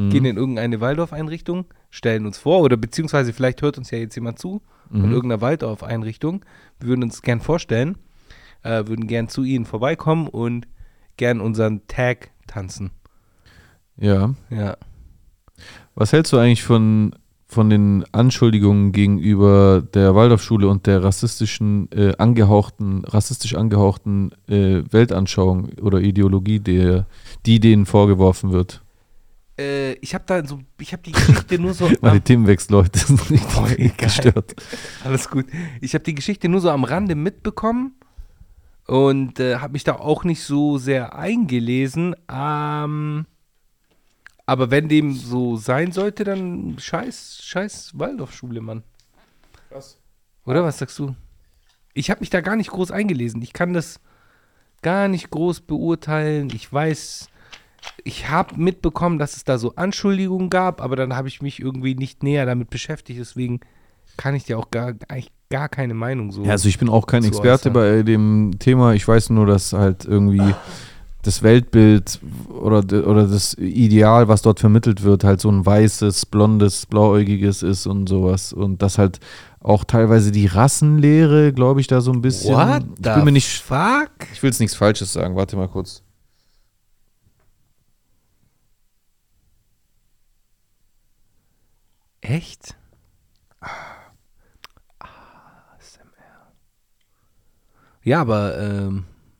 stellen uns vor, oder beziehungsweise vielleicht hört uns ja jetzt jemand zu von irgendeiner Waldorfeinrichtung. Wir würden uns gern vorstellen, würden gern zu ihnen vorbeikommen und gern unseren Tag tanzen. Ja. Ja. Was hältst du eigentlich von den Anschuldigungen gegenüber der Waldorfschule und der rassistisch angehauchten Weltanschauung oder Ideologie, die denen vorgeworfen wird? Ich habe die Geschichte nur so. Weil die Themenwechsel, Leute, sind Voll richtig egal. gestört. Alles gut. Ich habe die Geschichte nur so am Rande mitbekommen und habe mich da auch nicht so sehr eingelesen. Aber wenn dem so sein sollte, dann scheiß Waldorfschule, Mann. Krass. Oder was sagst du? Ich habe mich da gar nicht groß eingelesen. Ich kann das gar nicht groß beurteilen. Ich habe mitbekommen, dass es da so Anschuldigungen gab, aber dann habe ich mich irgendwie nicht näher damit beschäftigt. Deswegen kann ich dir auch eigentlich gar keine Meinung so. Ja, also ich bin auch kein zu Experte äußern. bei dem Thema. Ich weiß nur, dass halt irgendwie das Weltbild oder das Ideal, was dort vermittelt wird, halt so ein weißes, blondes, blauäugiges ist und sowas. Und dass halt auch teilweise die Rassenlehre, glaube ich, da so ein bisschen. What Ich bin mir nicht. fuck? Ich will jetzt nichts Falsches sagen. Warte mal kurz. Echt? ASMR. Ja, aber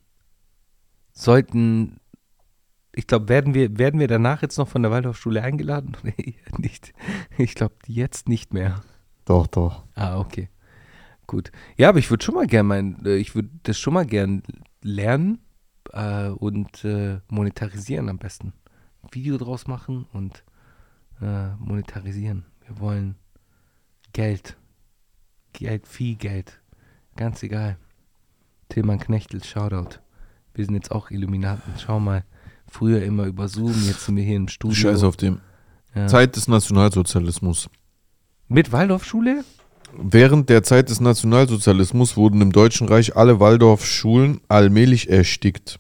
ich glaube, werden wir danach jetzt noch von der Waldorfschule eingeladen oder eher nicht? Ich glaube, jetzt nicht mehr. Doch. Ah, okay. Gut. Ja, aber ich würde das schon mal gern lernen und monetarisieren am besten. Video draus machen und monetarisieren. Wir wollen Geld. Viel Geld. Ganz egal. Tilman Knechtel, Shoutout. Wir sind jetzt auch Illuminaten. Schau mal. Früher immer über Zoom, jetzt sind wir hier im Studio. Scheiß auf dem. Ja. Zeit des Nationalsozialismus. Mit Waldorfschule? Während der Zeit des Nationalsozialismus wurden im Deutschen Reich alle Waldorfschulen allmählich erstickt.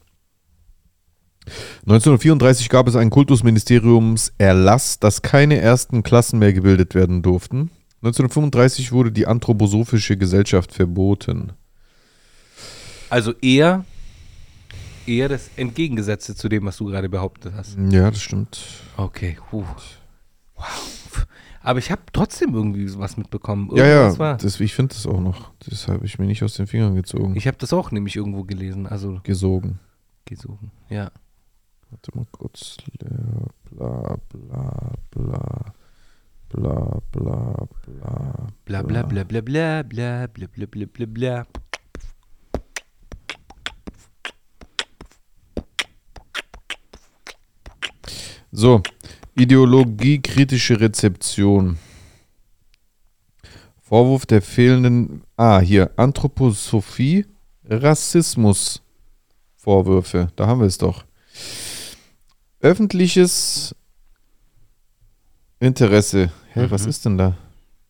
1934 gab es einen Kultusministeriumserlass, dass keine ersten Klassen mehr gebildet werden durften. 1935 wurde die Anthroposophische Gesellschaft verboten. Also eher das Entgegengesetzte zu dem, was du gerade behauptet hast. Ja, das stimmt. Okay. Wow. Aber ich habe trotzdem irgendwie was mitbekommen. Ja, Irgendwas war. ich finde das auch noch. Das habe ich mir nicht aus den Fingern gezogen. Ich habe das auch nämlich irgendwo gelesen. Also Gesogen. gesucht. Ja. Warte mal kurz. Bla bla bla. Bla bla bla. Bla bla bla bla bla bla bla bla bla bla bla. So, ideologiekritische Rezeption. Vorwurf der fehlenden, hier, Anthroposophie, Rassismus, Vorwürfe, da haben wir es doch. Öffentliches Interesse. Was ist denn da?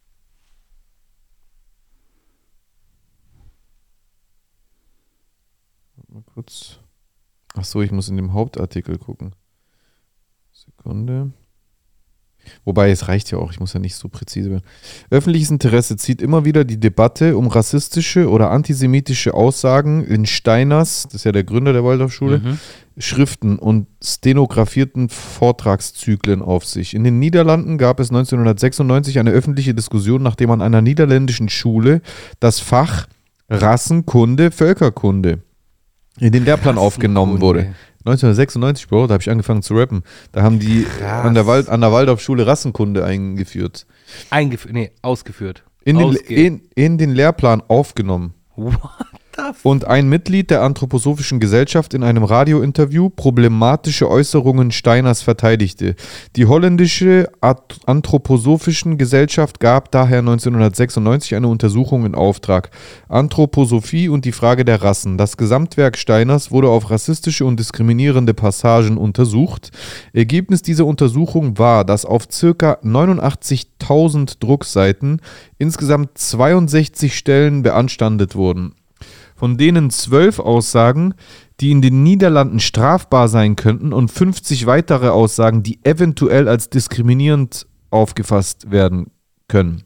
Mal kurz. Ach so, ich muss in dem Hauptartikel gucken. Sekunde. Wobei, es reicht ja auch, ich muss ja nicht so präzise werden. Öffentliches Interesse zieht immer wieder die Debatte um rassistische oder antisemitische Aussagen in Steiners, das ist ja der Gründer der Waldorfschule, Schriften und stenografierten Vortragszyklen auf sich. In den Niederlanden gab es 1996 eine öffentliche Diskussion, nachdem an einer niederländischen Schule das Fach Rassenkunde, Völkerkunde in den Lehrplan aufgenommen wurde. 1996, Bro, da habe ich angefangen zu rappen. Da haben die an der Waldorfschule Rassenkunde eingeführt. Ausgeführt. In den Lehrplan aufgenommen. What the fuck? Und ein Mitglied der Anthroposophischen Gesellschaft in einem Radiointerview problematische Äußerungen Steiners verteidigte. Die holländische Anthroposophischen Gesellschaft gab daher 1996 eine Untersuchung in Auftrag. Anthroposophie und die Frage der Rassen. Das Gesamtwerk Steiners wurde auf rassistische und diskriminierende Passagen untersucht. Ergebnis dieser Untersuchung war, dass auf ca. 89.000 Druckseiten insgesamt 62 Stellen beanstandet wurden. Von denen 12 Aussagen, die in den Niederlanden strafbar sein könnten und 50 weitere Aussagen, die eventuell als diskriminierend aufgefasst werden können.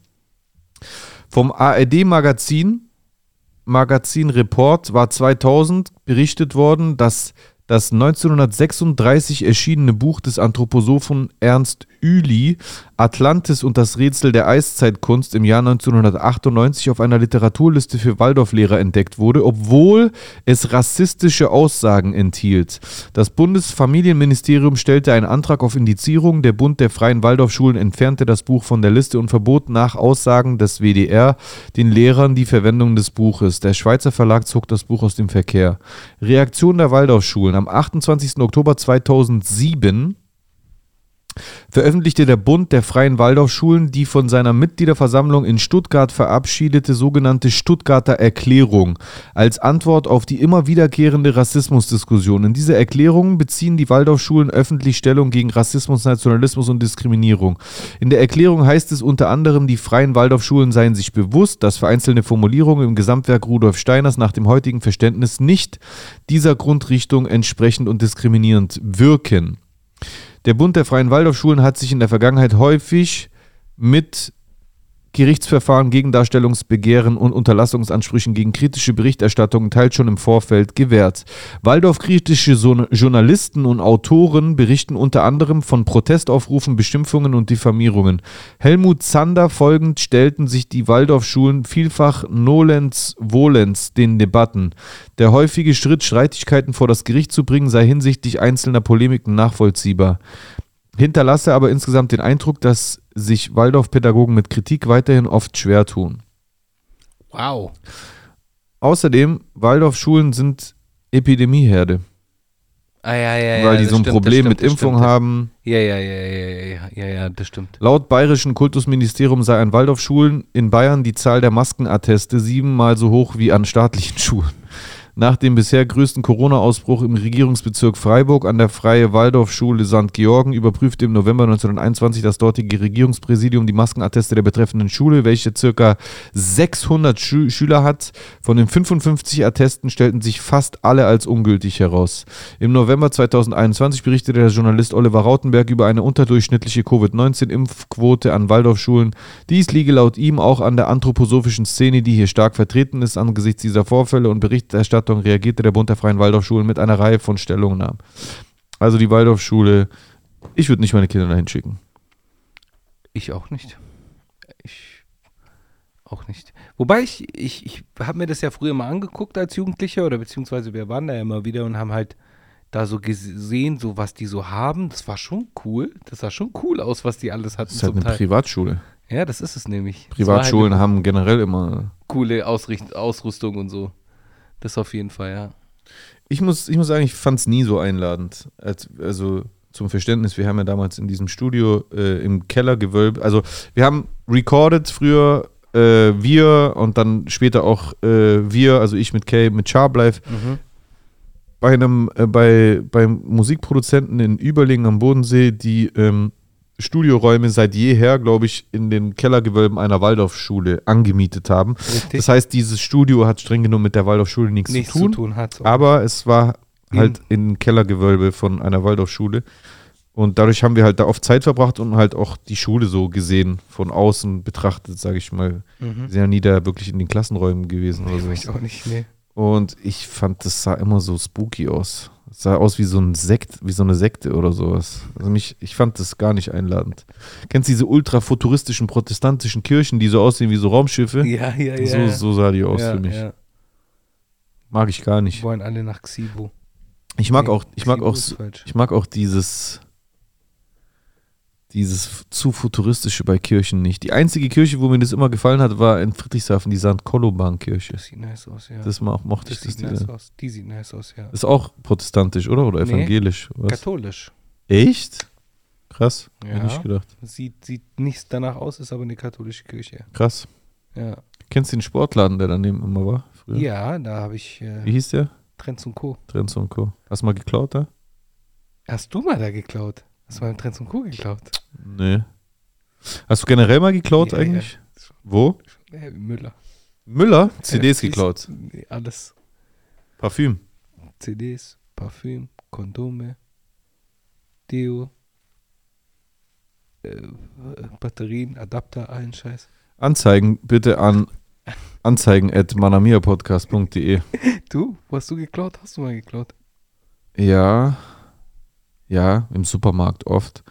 Vom ARD-Magazin Report war 2000 berichtet worden, dass das 1936 erschienene Buch des Anthroposophen Ernst Ueli, Atlantis und das Rätsel der Eiszeitkunst, im Jahr 1998 auf einer Literaturliste für Waldorflehrer entdeckt wurde, obwohl es rassistische Aussagen enthielt. Das Bundesfamilienministerium stellte einen Antrag auf Indizierung, der Bund der Freien Waldorfschulen entfernte das Buch von der Liste und verbot nach Aussagen des WDR den Lehrern die Verwendung des Buches. Der Schweizer Verlag zog das Buch aus dem Verkehr. Reaktion der Waldorfschulen. Am 28. Oktober 2007 veröffentlichte der Bund der Freien Waldorfschulen die von seiner Mitgliederversammlung in Stuttgart verabschiedete sogenannte Stuttgarter Erklärung als Antwort auf die immer wiederkehrende Rassismusdiskussion. In dieser Erklärung beziehen die Waldorfschulen öffentlich Stellung gegen Rassismus, Nationalismus und Diskriminierung. In der Erklärung heißt es unter anderem, die Freien Waldorfschulen seien sich bewusst, dass vereinzelte Formulierungen im Gesamtwerk Rudolf Steiners nach dem heutigen Verständnis nicht dieser Grundrichtung entsprechend und diskriminierend wirken. Der Bund der Freien Waldorfschulen hat sich in der Vergangenheit häufig mit Gerichtsverfahren, Gegendarstellungsbegehren und Unterlassungsansprüchen gegen kritische Berichterstattungen teils schon im Vorfeld gewehrt. Waldorf-kritische Journalisten und Autoren berichten unter anderem von Protestaufrufen, Beschimpfungen und Diffamierungen. Helmut Zander folgend stellten sich die Waldorfschulen vielfach nolens volens den Debatten. Der häufige Schritt, Streitigkeiten vor das Gericht zu bringen, sei hinsichtlich einzelner Polemiken nachvollziehbar. Hinterlasse aber insgesamt den Eindruck, dass sich Waldorfpädagogen mit Kritik weiterhin oft schwer tun. Wow. Außerdem, Waldorfschulen sind Epidemieherde. Weil die so ein Problem mit Impfung haben. Ja, das stimmt. Laut Bayerischen Kultusministerium sei an Waldorfschulen in Bayern die Zahl der Maskenatteste 7-mal so hoch wie an staatlichen Schulen. Nach dem bisher größten Corona-Ausbruch im Regierungsbezirk Freiburg an der Freie Waldorfschule St. Georgen überprüfte im November 1921 das dortige Regierungspräsidium die Maskenatteste der betreffenden Schule, welche ca. 600 Schüler hat. Von den 55 Attesten stellten sich fast alle als ungültig heraus. Im November 2021 berichtete der Journalist Oliver Rautenberg über eine unterdurchschnittliche Covid-19-Impfquote an Waldorfschulen. Dies liege laut ihm auch an der anthroposophischen Szene, die hier stark vertreten ist. Angesichts dieser Vorfälle und Berichterstattung reagierte der Bund der Freien Waldorfschulen mit einer Reihe von Stellungnahmen. Also die Waldorfschule, ich würde nicht meine Kinder dahin schicken. Ich auch nicht. Wobei ich habe mir das ja früher mal angeguckt als Jugendlicher oder beziehungsweise wir waren da ja immer wieder und haben halt da so gesehen, so was die so haben. Das war schon cool. Das sah schon cool aus, was die alles hatten. Das ist halt eine Privatschule. Ja, das ist es nämlich. Privatschulen halt haben generell immer coole Ausrüstung und so. Das auf jeden Fall, ja. Ich muss sagen, ich fand es nie so einladend. Also zum Verständnis, wir haben ja damals in diesem Studio im Kellergewölbe, also wir haben recorded früher wir und dann später auch wir, also ich mit Kay, mit Charbleif, beim Musikproduzenten in Überlingen am Bodensee, die Studioräume seit jeher, glaube ich, in den Kellergewölben einer Waldorfschule angemietet haben. Richtig. Das heißt, dieses Studio hat streng genommen mit der Waldorfschule nichts zu tun hat, aber es war halt im Kellergewölbe von einer Waldorfschule. Und dadurch haben wir halt da oft Zeit verbracht und halt auch die Schule so gesehen, von außen betrachtet, sage ich mal. Wir sind ja nie da wirklich in den Klassenräumen gewesen oder so. Ich auch nicht, nee. Und ich fand, das sah immer so spooky aus. Es sah aus wie so ein wie so eine Sekte oder sowas. Also ich fand das gar nicht einladend. Kennst du diese ultra futuristischen protestantischen Kirchen, die so aussehen wie so Raumschiffe? Ja. So sah die aus Ja, für mich. ja. Mag ich gar nicht. Wollen alle nach Xibo. Ich mag auch Xibo ist falsch. dieses zu futuristische bei Kirchen nicht. Die einzige Kirche, wo mir das immer gefallen hat, war in Friedrichshafen, die St. Koloban-Kirche. Das sieht nice aus, ja. Das mochte ich. Das sieht nice aus. Die sieht nice aus, ja. Ist auch protestantisch, oder? Oder Nee, evangelisch? Was? Katholisch. Echt? Krass. Ja. Hätte ich gedacht. Sieht nicht danach aus, ist aber eine katholische Kirche. Krass. Ja. Kennst du den Sportladen, der daneben immer war? Früher? Ja, da habe ich Wie hieß der? Trends und Co. Trends und Co. Hast du mal geklaut da? Hast du mal da geklaut? Hast du mal im Trends und Co. geklaut? Nee. Hast du generell mal geklaut Ja, eigentlich? ja. Wo? Müller. Müller? CDs Ja, geklaut. Nee, alles. Parfüm. CDs, Parfüm, Kondome, Deo, Batterien, Adapter, allen Scheiß. Anzeigen bitte an anzeigen@manamiapodcast.de. Du? Wo hast du geklaut? Hast du mal geklaut? Ja, im Supermarkt oft.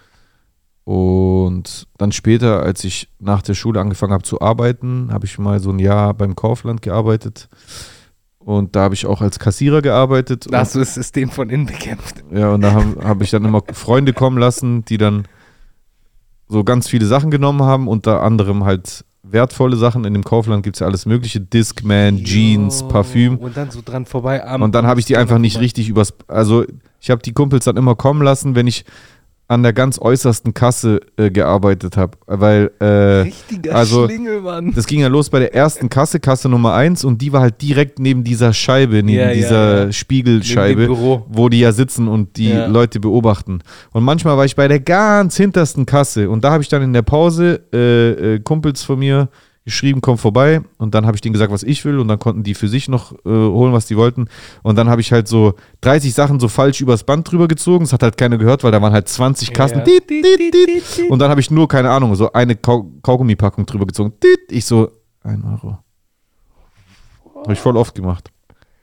Und dann später, als ich nach der Schule angefangen habe zu arbeiten, habe ich mal so ein Jahr beim Kaufland gearbeitet. Und da habe ich auch als Kassierer gearbeitet. Da hast du das System von innen bekämpft. Ja, und da hab ich dann immer Freunde kommen lassen, die dann so ganz viele Sachen genommen haben, unter anderem halt wertvolle Sachen. In dem Kaufland gibt es ja alles mögliche, Discman, Jeans, Parfüm. Und dann so dran vorbei. Und dann habe ich die einfach nicht richtig also ich habe die Kumpels dann immer kommen lassen, wenn ich an der ganz äußersten Kasse gearbeitet habe, weil richtiger Schlingel, das ging ja los bei der ersten Kasse Nummer 1 und die war halt direkt neben dieser Scheibe, neben dieser Spiegelscheibe, neben dem Büro, wo die ja sitzen und die Leute beobachten. Und manchmal war ich bei der ganz hintersten Kasse und da habe ich dann in der Pause Kumpels von mir geschrieben, komm vorbei, und dann habe ich denen gesagt, was ich will, und dann konnten die für sich noch holen, was die wollten, und dann habe ich halt so 30 Sachen so falsch übers Band drüber gezogen, das hat halt keiner gehört, weil da waren halt 20 Kassen, und dann habe ich nur, keine Ahnung, so eine Kaugummipackung drüber gezogen, ich so, 1 Euro. Habe ich voll oft gemacht.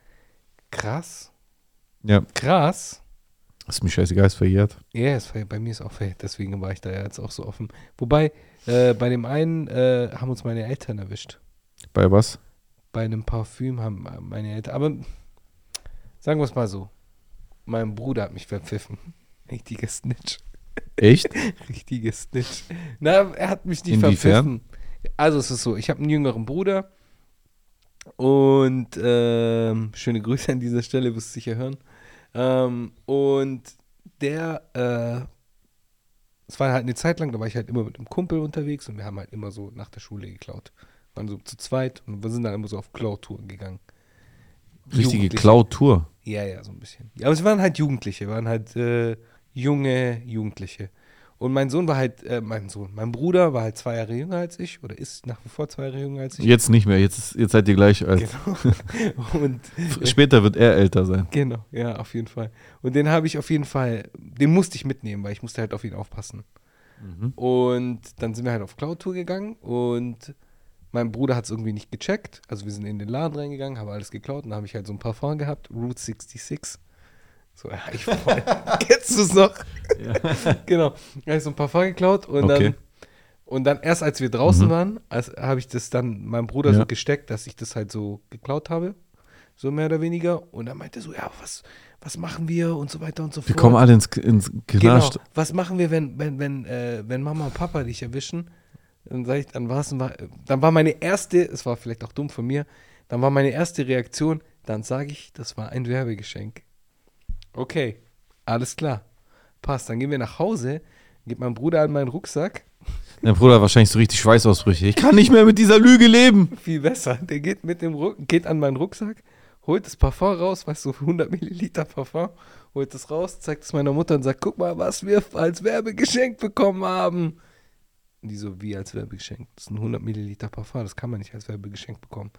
Krass. Ja. Krass. Das ist mir scheißegal, ist verjährt. Ja, bei mir ist auch verjährt, deswegen war ich da jetzt auch so offen. Wobei, bei dem einen haben uns meine Eltern erwischt. Bei was? Bei einem Parfüm haben meine Eltern, aber sagen wir es mal so, mein Bruder hat mich verpfiffen. Richtiger Snitch. Echt? Richtiger Snitch. Na, er hat mich nicht Inwiefern? verpfiffen. Also es ist so, ich habe einen jüngeren Bruder und schöne Grüße an dieser Stelle, wirst du sicher hören. Und der, es war halt eine Zeit lang, da war ich halt immer mit einem Kumpel unterwegs und wir haben halt immer so nach der Schule geklaut. Waren so zu zweit und wir sind dann immer so auf Klautouren gegangen. Richtige Klautour. Ja, so ein bisschen. Ja, aber es waren halt Jugendliche, waren halt junge Jugendliche. Und mein Sohn war halt, mein Bruder war halt 2 Jahre jünger als ich oder ist nach wie vor 2 Jahre jünger als ich. Jetzt nicht mehr, jetzt seid ihr gleich alt. Genau. Und später wird er älter sein. Genau, ja, auf jeden Fall. Und den habe ich auf jeden Fall, den musste ich mitnehmen, weil ich musste halt auf ihn aufpassen. Mhm. Und dann sind wir halt auf Klautour gegangen und mein Bruder hat es irgendwie nicht gecheckt. Also wir sind in den Laden reingegangen, haben alles geklaut und dann habe ich halt so ein Parfum gehabt, Route 66. So, ja, kennst du es noch? Ja. Genau. Da habe ich so ein Parfum geklaut und dann erst als wir draußen waren, habe ich das dann meinem Bruder so gesteckt, dass ich das halt so geklaut habe. So mehr oder weniger. Und dann meinte er so, ja, was machen wir und so weiter und so fort. Wir kommen alle ins Knast. Genau. Was machen wir, wenn Mama und Papa dich erwischen? Dann sage ich, dann war meine erste, es war vielleicht auch dumm von mir, dann war meine erste Reaktion, dann sage ich, das war ein Werbegeschenk. Okay, alles klar. Passt, dann gehen wir nach Hause, gibt mein Bruder an meinen Rucksack. Dein Bruder hat wahrscheinlich so richtig Schweißausbrüche. Ich kann nicht mehr mit dieser Lüge leben. Viel besser. Der geht geht an meinen Rucksack, holt das Parfum raus, weißt du, 100 Milliliter Parfum, holt das raus, zeigt es meiner Mutter und sagt, guck mal, was wir als Werbegeschenk bekommen haben. Und die so, wie als Werbegeschenk? Das sind 100 Milliliter Parfum, das kann man nicht als Werbegeschenk bekommen.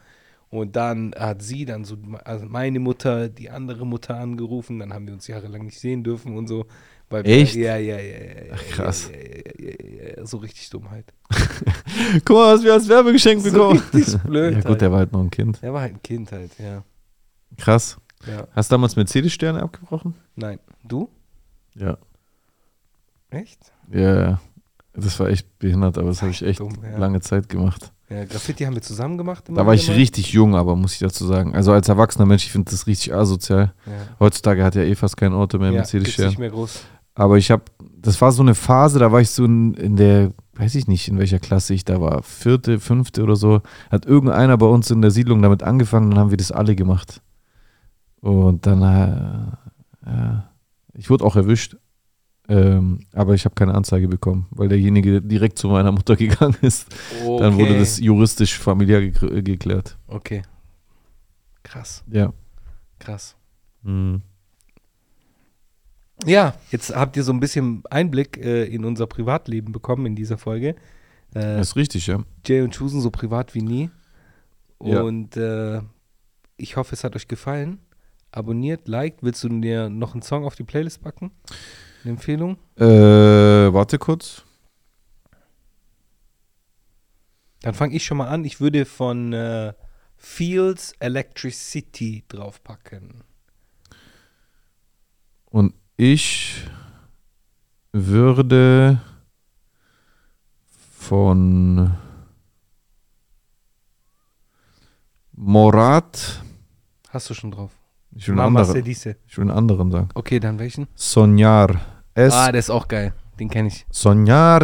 Und dann hat sie dann so, also meine Mutter, die andere Mutter angerufen. Dann haben wir uns jahrelang nicht sehen dürfen und so. Weil Echt? Ja. Ach, krass. Ja, so richtig dumm halt. Guck mal, was wir als Werbegeschenk bekommen. richtig blöd. Ja gut, halt. der war halt noch ein Kind. Er war halt ein Kind halt, ja. Krass. Ja. Hast du damals Mercedes-Sterne abgebrochen? Nein. Du? Ja. Echt? Ja, das war echt behindert, aber das habe ich echt dumm, ja. lange Zeit gemacht. Ja, Graffiti haben wir zusammen gemacht. Da war ich richtig jung, aber muss ich dazu sagen. Also als erwachsener Mensch, ich finde das richtig asozial. Ja. Heutzutage hat ja fast kein Auto mehr Ja, gibt's Mercedes-Stern. nicht mehr groß. Aber das war so eine Phase, da war ich so in der, weiß ich nicht, in welcher Klasse ich da war, 4., 5. oder so, hat irgendeiner bei uns in der Siedlung damit angefangen, dann haben wir das alle gemacht. Und dann, ich wurde auch erwischt, aber ich habe keine Anzeige bekommen, weil derjenige direkt zu meiner Mutter gegangen ist. Okay. Dann wurde das juristisch familiär geklärt. Okay. Krass. Ja. Krass. Mhm. Ja, jetzt habt ihr so ein bisschen Einblick in unser Privatleben bekommen in dieser Folge. Das ist richtig, ja. Jay und Chusen so privat wie nie. Ja. Und ich hoffe, es hat euch gefallen. Abonniert, liked. Willst du dir noch einen Song auf die Playlist packen? Eine Empfehlung? Warte kurz. Dann fange ich schon mal an. Ich würde von Fields Electricity draufpacken. Und ich würde von Morat, Hast du schon drauf? ich will einen Mama anderen, Sedise. ich will einen anderen sagen. Okay, dann welchen? Soñar. Der ist auch geil. Den kenne ich. Soñar.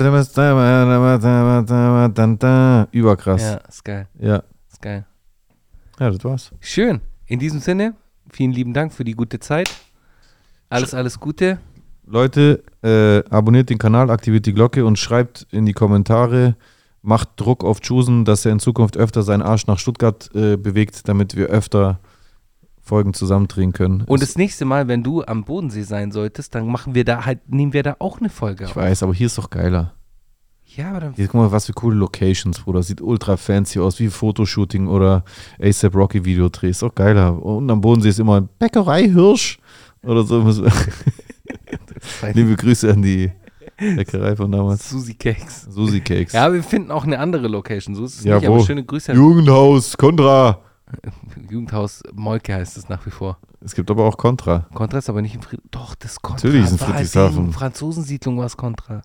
Überkrass. Ja, ist geil. Ja. Ist geil. Ja, das war's. Schön. In diesem Sinne, vielen lieben Dank für die gute Zeit. Alles Gute. Leute, abonniert den Kanal, aktiviert die Glocke und schreibt in die Kommentare, macht Druck auf Chusen, dass er in Zukunft öfter seinen Arsch nach Stuttgart bewegt, damit wir öfter Folgen zusammendrehen können. Und das nächste Mal, wenn du am Bodensee sein solltest, dann nehmen wir da auch eine Folge Ich auf. weiß, aber hier ist doch geiler. Ja, aber dann. Hier, guck mal, was für coole Locations, Bruder. Sieht ultra fancy aus, wie Fotoshooting oder A$AP Rocky Videodreh. Ist doch geiler. Und am Bodensee ist immer Bäckerei Hirsch oder so. Liebe Grüße an die Bäckerei von damals. Susi Cakes. Susi Cakes. Ja, wir finden auch eine andere Location. So ist es Ja, nicht, wo? aber schöne Grüße an Jugendhaus, Contra. Jugendhaus Molke heißt es nach wie vor. Es gibt aber auch Contra. Contra ist aber nicht in Friedrichshafen. Doch, das Contra. Natürlich ist in war Friedrichshafen. in Franzosensiedlung war es Contra.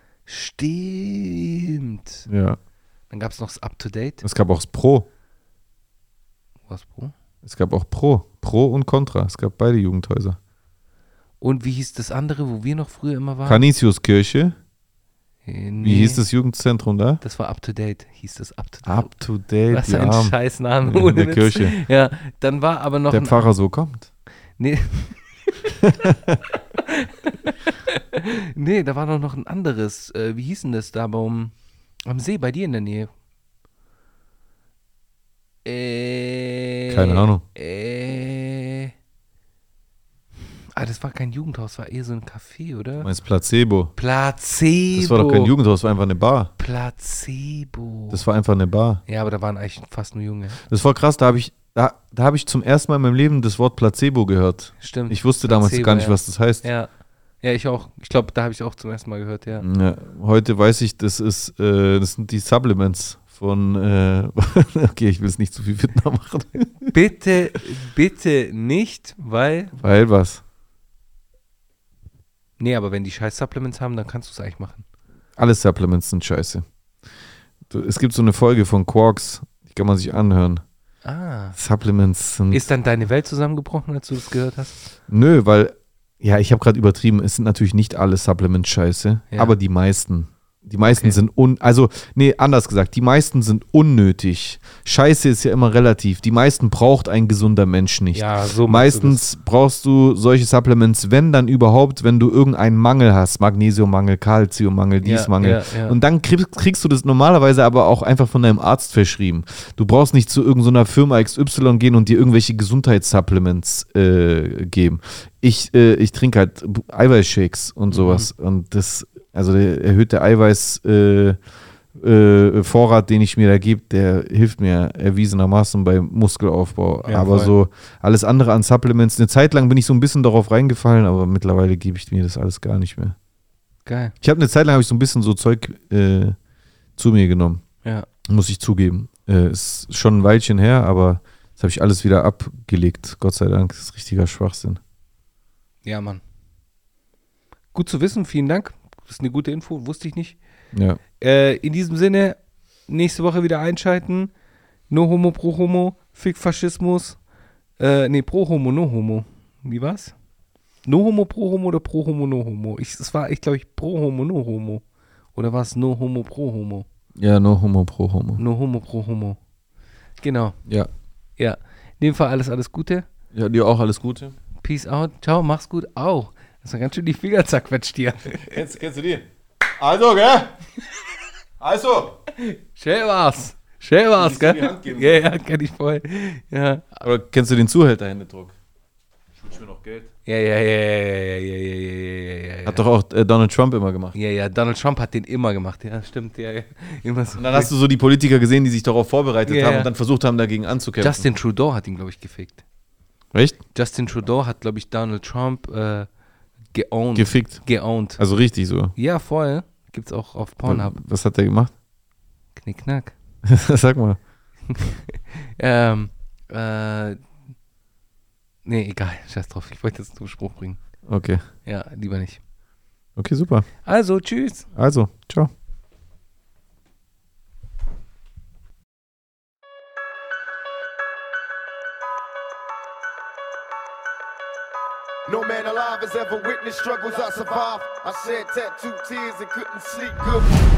Stimmt. Ja. Dann gab es noch das Up-to-Date. Es gab auch das Pro. Was, Bro? Es gab auch Pro. Pro und Contra. Es gab beide Jugendhäuser. Und wie hieß das andere, wo wir noch früher immer waren? Canisiuskirche. Nee, Wie hieß das Jugendzentrum da? Das war Up-to-Date, hieß das Up-to-Date. Up to date, Was die ein Armen. Scheißname. In ohne der Witz. Kirche. Ja, dann war aber noch Der Pfarrer so kommt. Nee. Nee, da war doch noch ein anderes. Wie hieß denn das da am See, bei dir in der Nähe? Keine Ahnung. Das war kein Jugendhaus, war eher so ein Café, oder? Du meinst Placebo. Placebo. Das war doch kein Jugendhaus, das war einfach eine Bar. Placebo. Das war einfach eine Bar. Ja, aber da waren eigentlich fast nur Junge. Das war krass, da habe ich zum ersten Mal in meinem Leben das Wort Placebo gehört. Stimmt. Ich wusste damals Placebo, gar nicht, ja. was das heißt. Ja. Ja, ich auch. Ich glaube, da habe ich auch zum ersten Mal gehört, ja. Ja, heute weiß ich, das sind die Supplements von, okay, ich will es nicht zu viel Fitner machen. Bitte, bitte nicht, weil. Weil was? Nee, aber wenn die scheiß Supplements haben, dann kannst du es eigentlich machen. Alle Supplements sind scheiße. Es gibt so eine Folge von Quarks, die kann man sich anhören. Ah. Supplements sind... Ist dann deine Welt zusammengebrochen, als du das gehört hast? Nö, weil, ja, ich habe gerade übertrieben, es sind natürlich nicht alle Supplements scheiße, Ja. aber die meisten. Die meisten Okay. sind anders gesagt, die meisten sind unnötig. Scheiße ist ja immer relativ. Die meisten braucht ein gesunder Mensch nicht. Ja, so Meistens brauchst du solche Supplements, wenn dann überhaupt, wenn du irgendeinen Mangel hast, Magnesiummangel, Kalziummangel, Mangel. Ja. Und dann kriegst du das normalerweise aber auch einfach von deinem Arzt verschrieben. Du brauchst nicht zu irgendeiner Firma XY gehen und dir irgendwelche Gesundheitssupplements geben. Ich trinke halt Eiweißshakes und sowas. Und das, also der erhöhte Vorrat, den ich mir da gebe, der hilft mir erwiesenermaßen beim Muskelaufbau. Ja, aber voll. so alles andere an Supplements, eine Zeit lang bin ich so ein bisschen darauf reingefallen, aber mittlerweile gebe ich mir das alles gar nicht mehr. Geil. Ich habe eine Zeit lang so ein bisschen so Zeug zu mir genommen, Ja. muss ich zugeben. Ist schon ein Weilchen her, aber das habe ich alles wieder abgelegt. Gott sei Dank, das ist richtiger Schwachsinn. Ja, Mann. Gut zu wissen, vielen Dank. Das ist eine gute Info, wusste ich nicht. Ja. In diesem Sinne, nächste Woche wieder einschalten. No Homo, pro Homo, Fick Faschismus. Pro Homo, no Homo. Wie war's? No Homo, pro Homo oder pro Homo, no Homo? Es war, glaube ich, pro Homo, no Homo. Oder war es no Homo, pro Homo? Ja, no Homo pro Homo. No Homo, pro Homo. Genau. Ja. Ja. In dem Fall alles Gute. Ja, dir auch alles Gute. Peace out. Ciao, mach's gut. Au. Das war ganz schön die Finger zerquetscht hier. Kennst du die? Also, gell? Also. Schön war's. Schön war's, Willst du die gell? Hand geben? Ja, kenn ich voll. Ja. Oder kennst du den Zuhälterhändedruck? Ich wünsche mir noch Geld. Ja. Hat doch auch Donald Trump immer gemacht. Ja, Donald Trump hat den immer gemacht, ja, stimmt, ja. Immer so. Und dann hast du so die Politiker gesehen, die sich darauf vorbereitet Ja, haben ja. und dann versucht haben, dagegen anzukämpfen. Justin Trudeau hat ihn, glaube ich, gefickt. Echt? Justin Trudeau hat, glaube ich, Donald Trump geowned. Gefickt. Geowned. Also richtig so. Ja, voll. Gibt's auch auf Pornhub. Was hat der gemacht? Knickknack. Sag mal. Nee, egal, scheiß drauf. Ich wollte jetzt einen Spruch bringen. Okay. Ja, lieber nicht. Okay, super. Also, tschüss. Also, ciao. No man alive has ever witnessed struggles I survived. I shed tattooed tears and couldn't sleep good.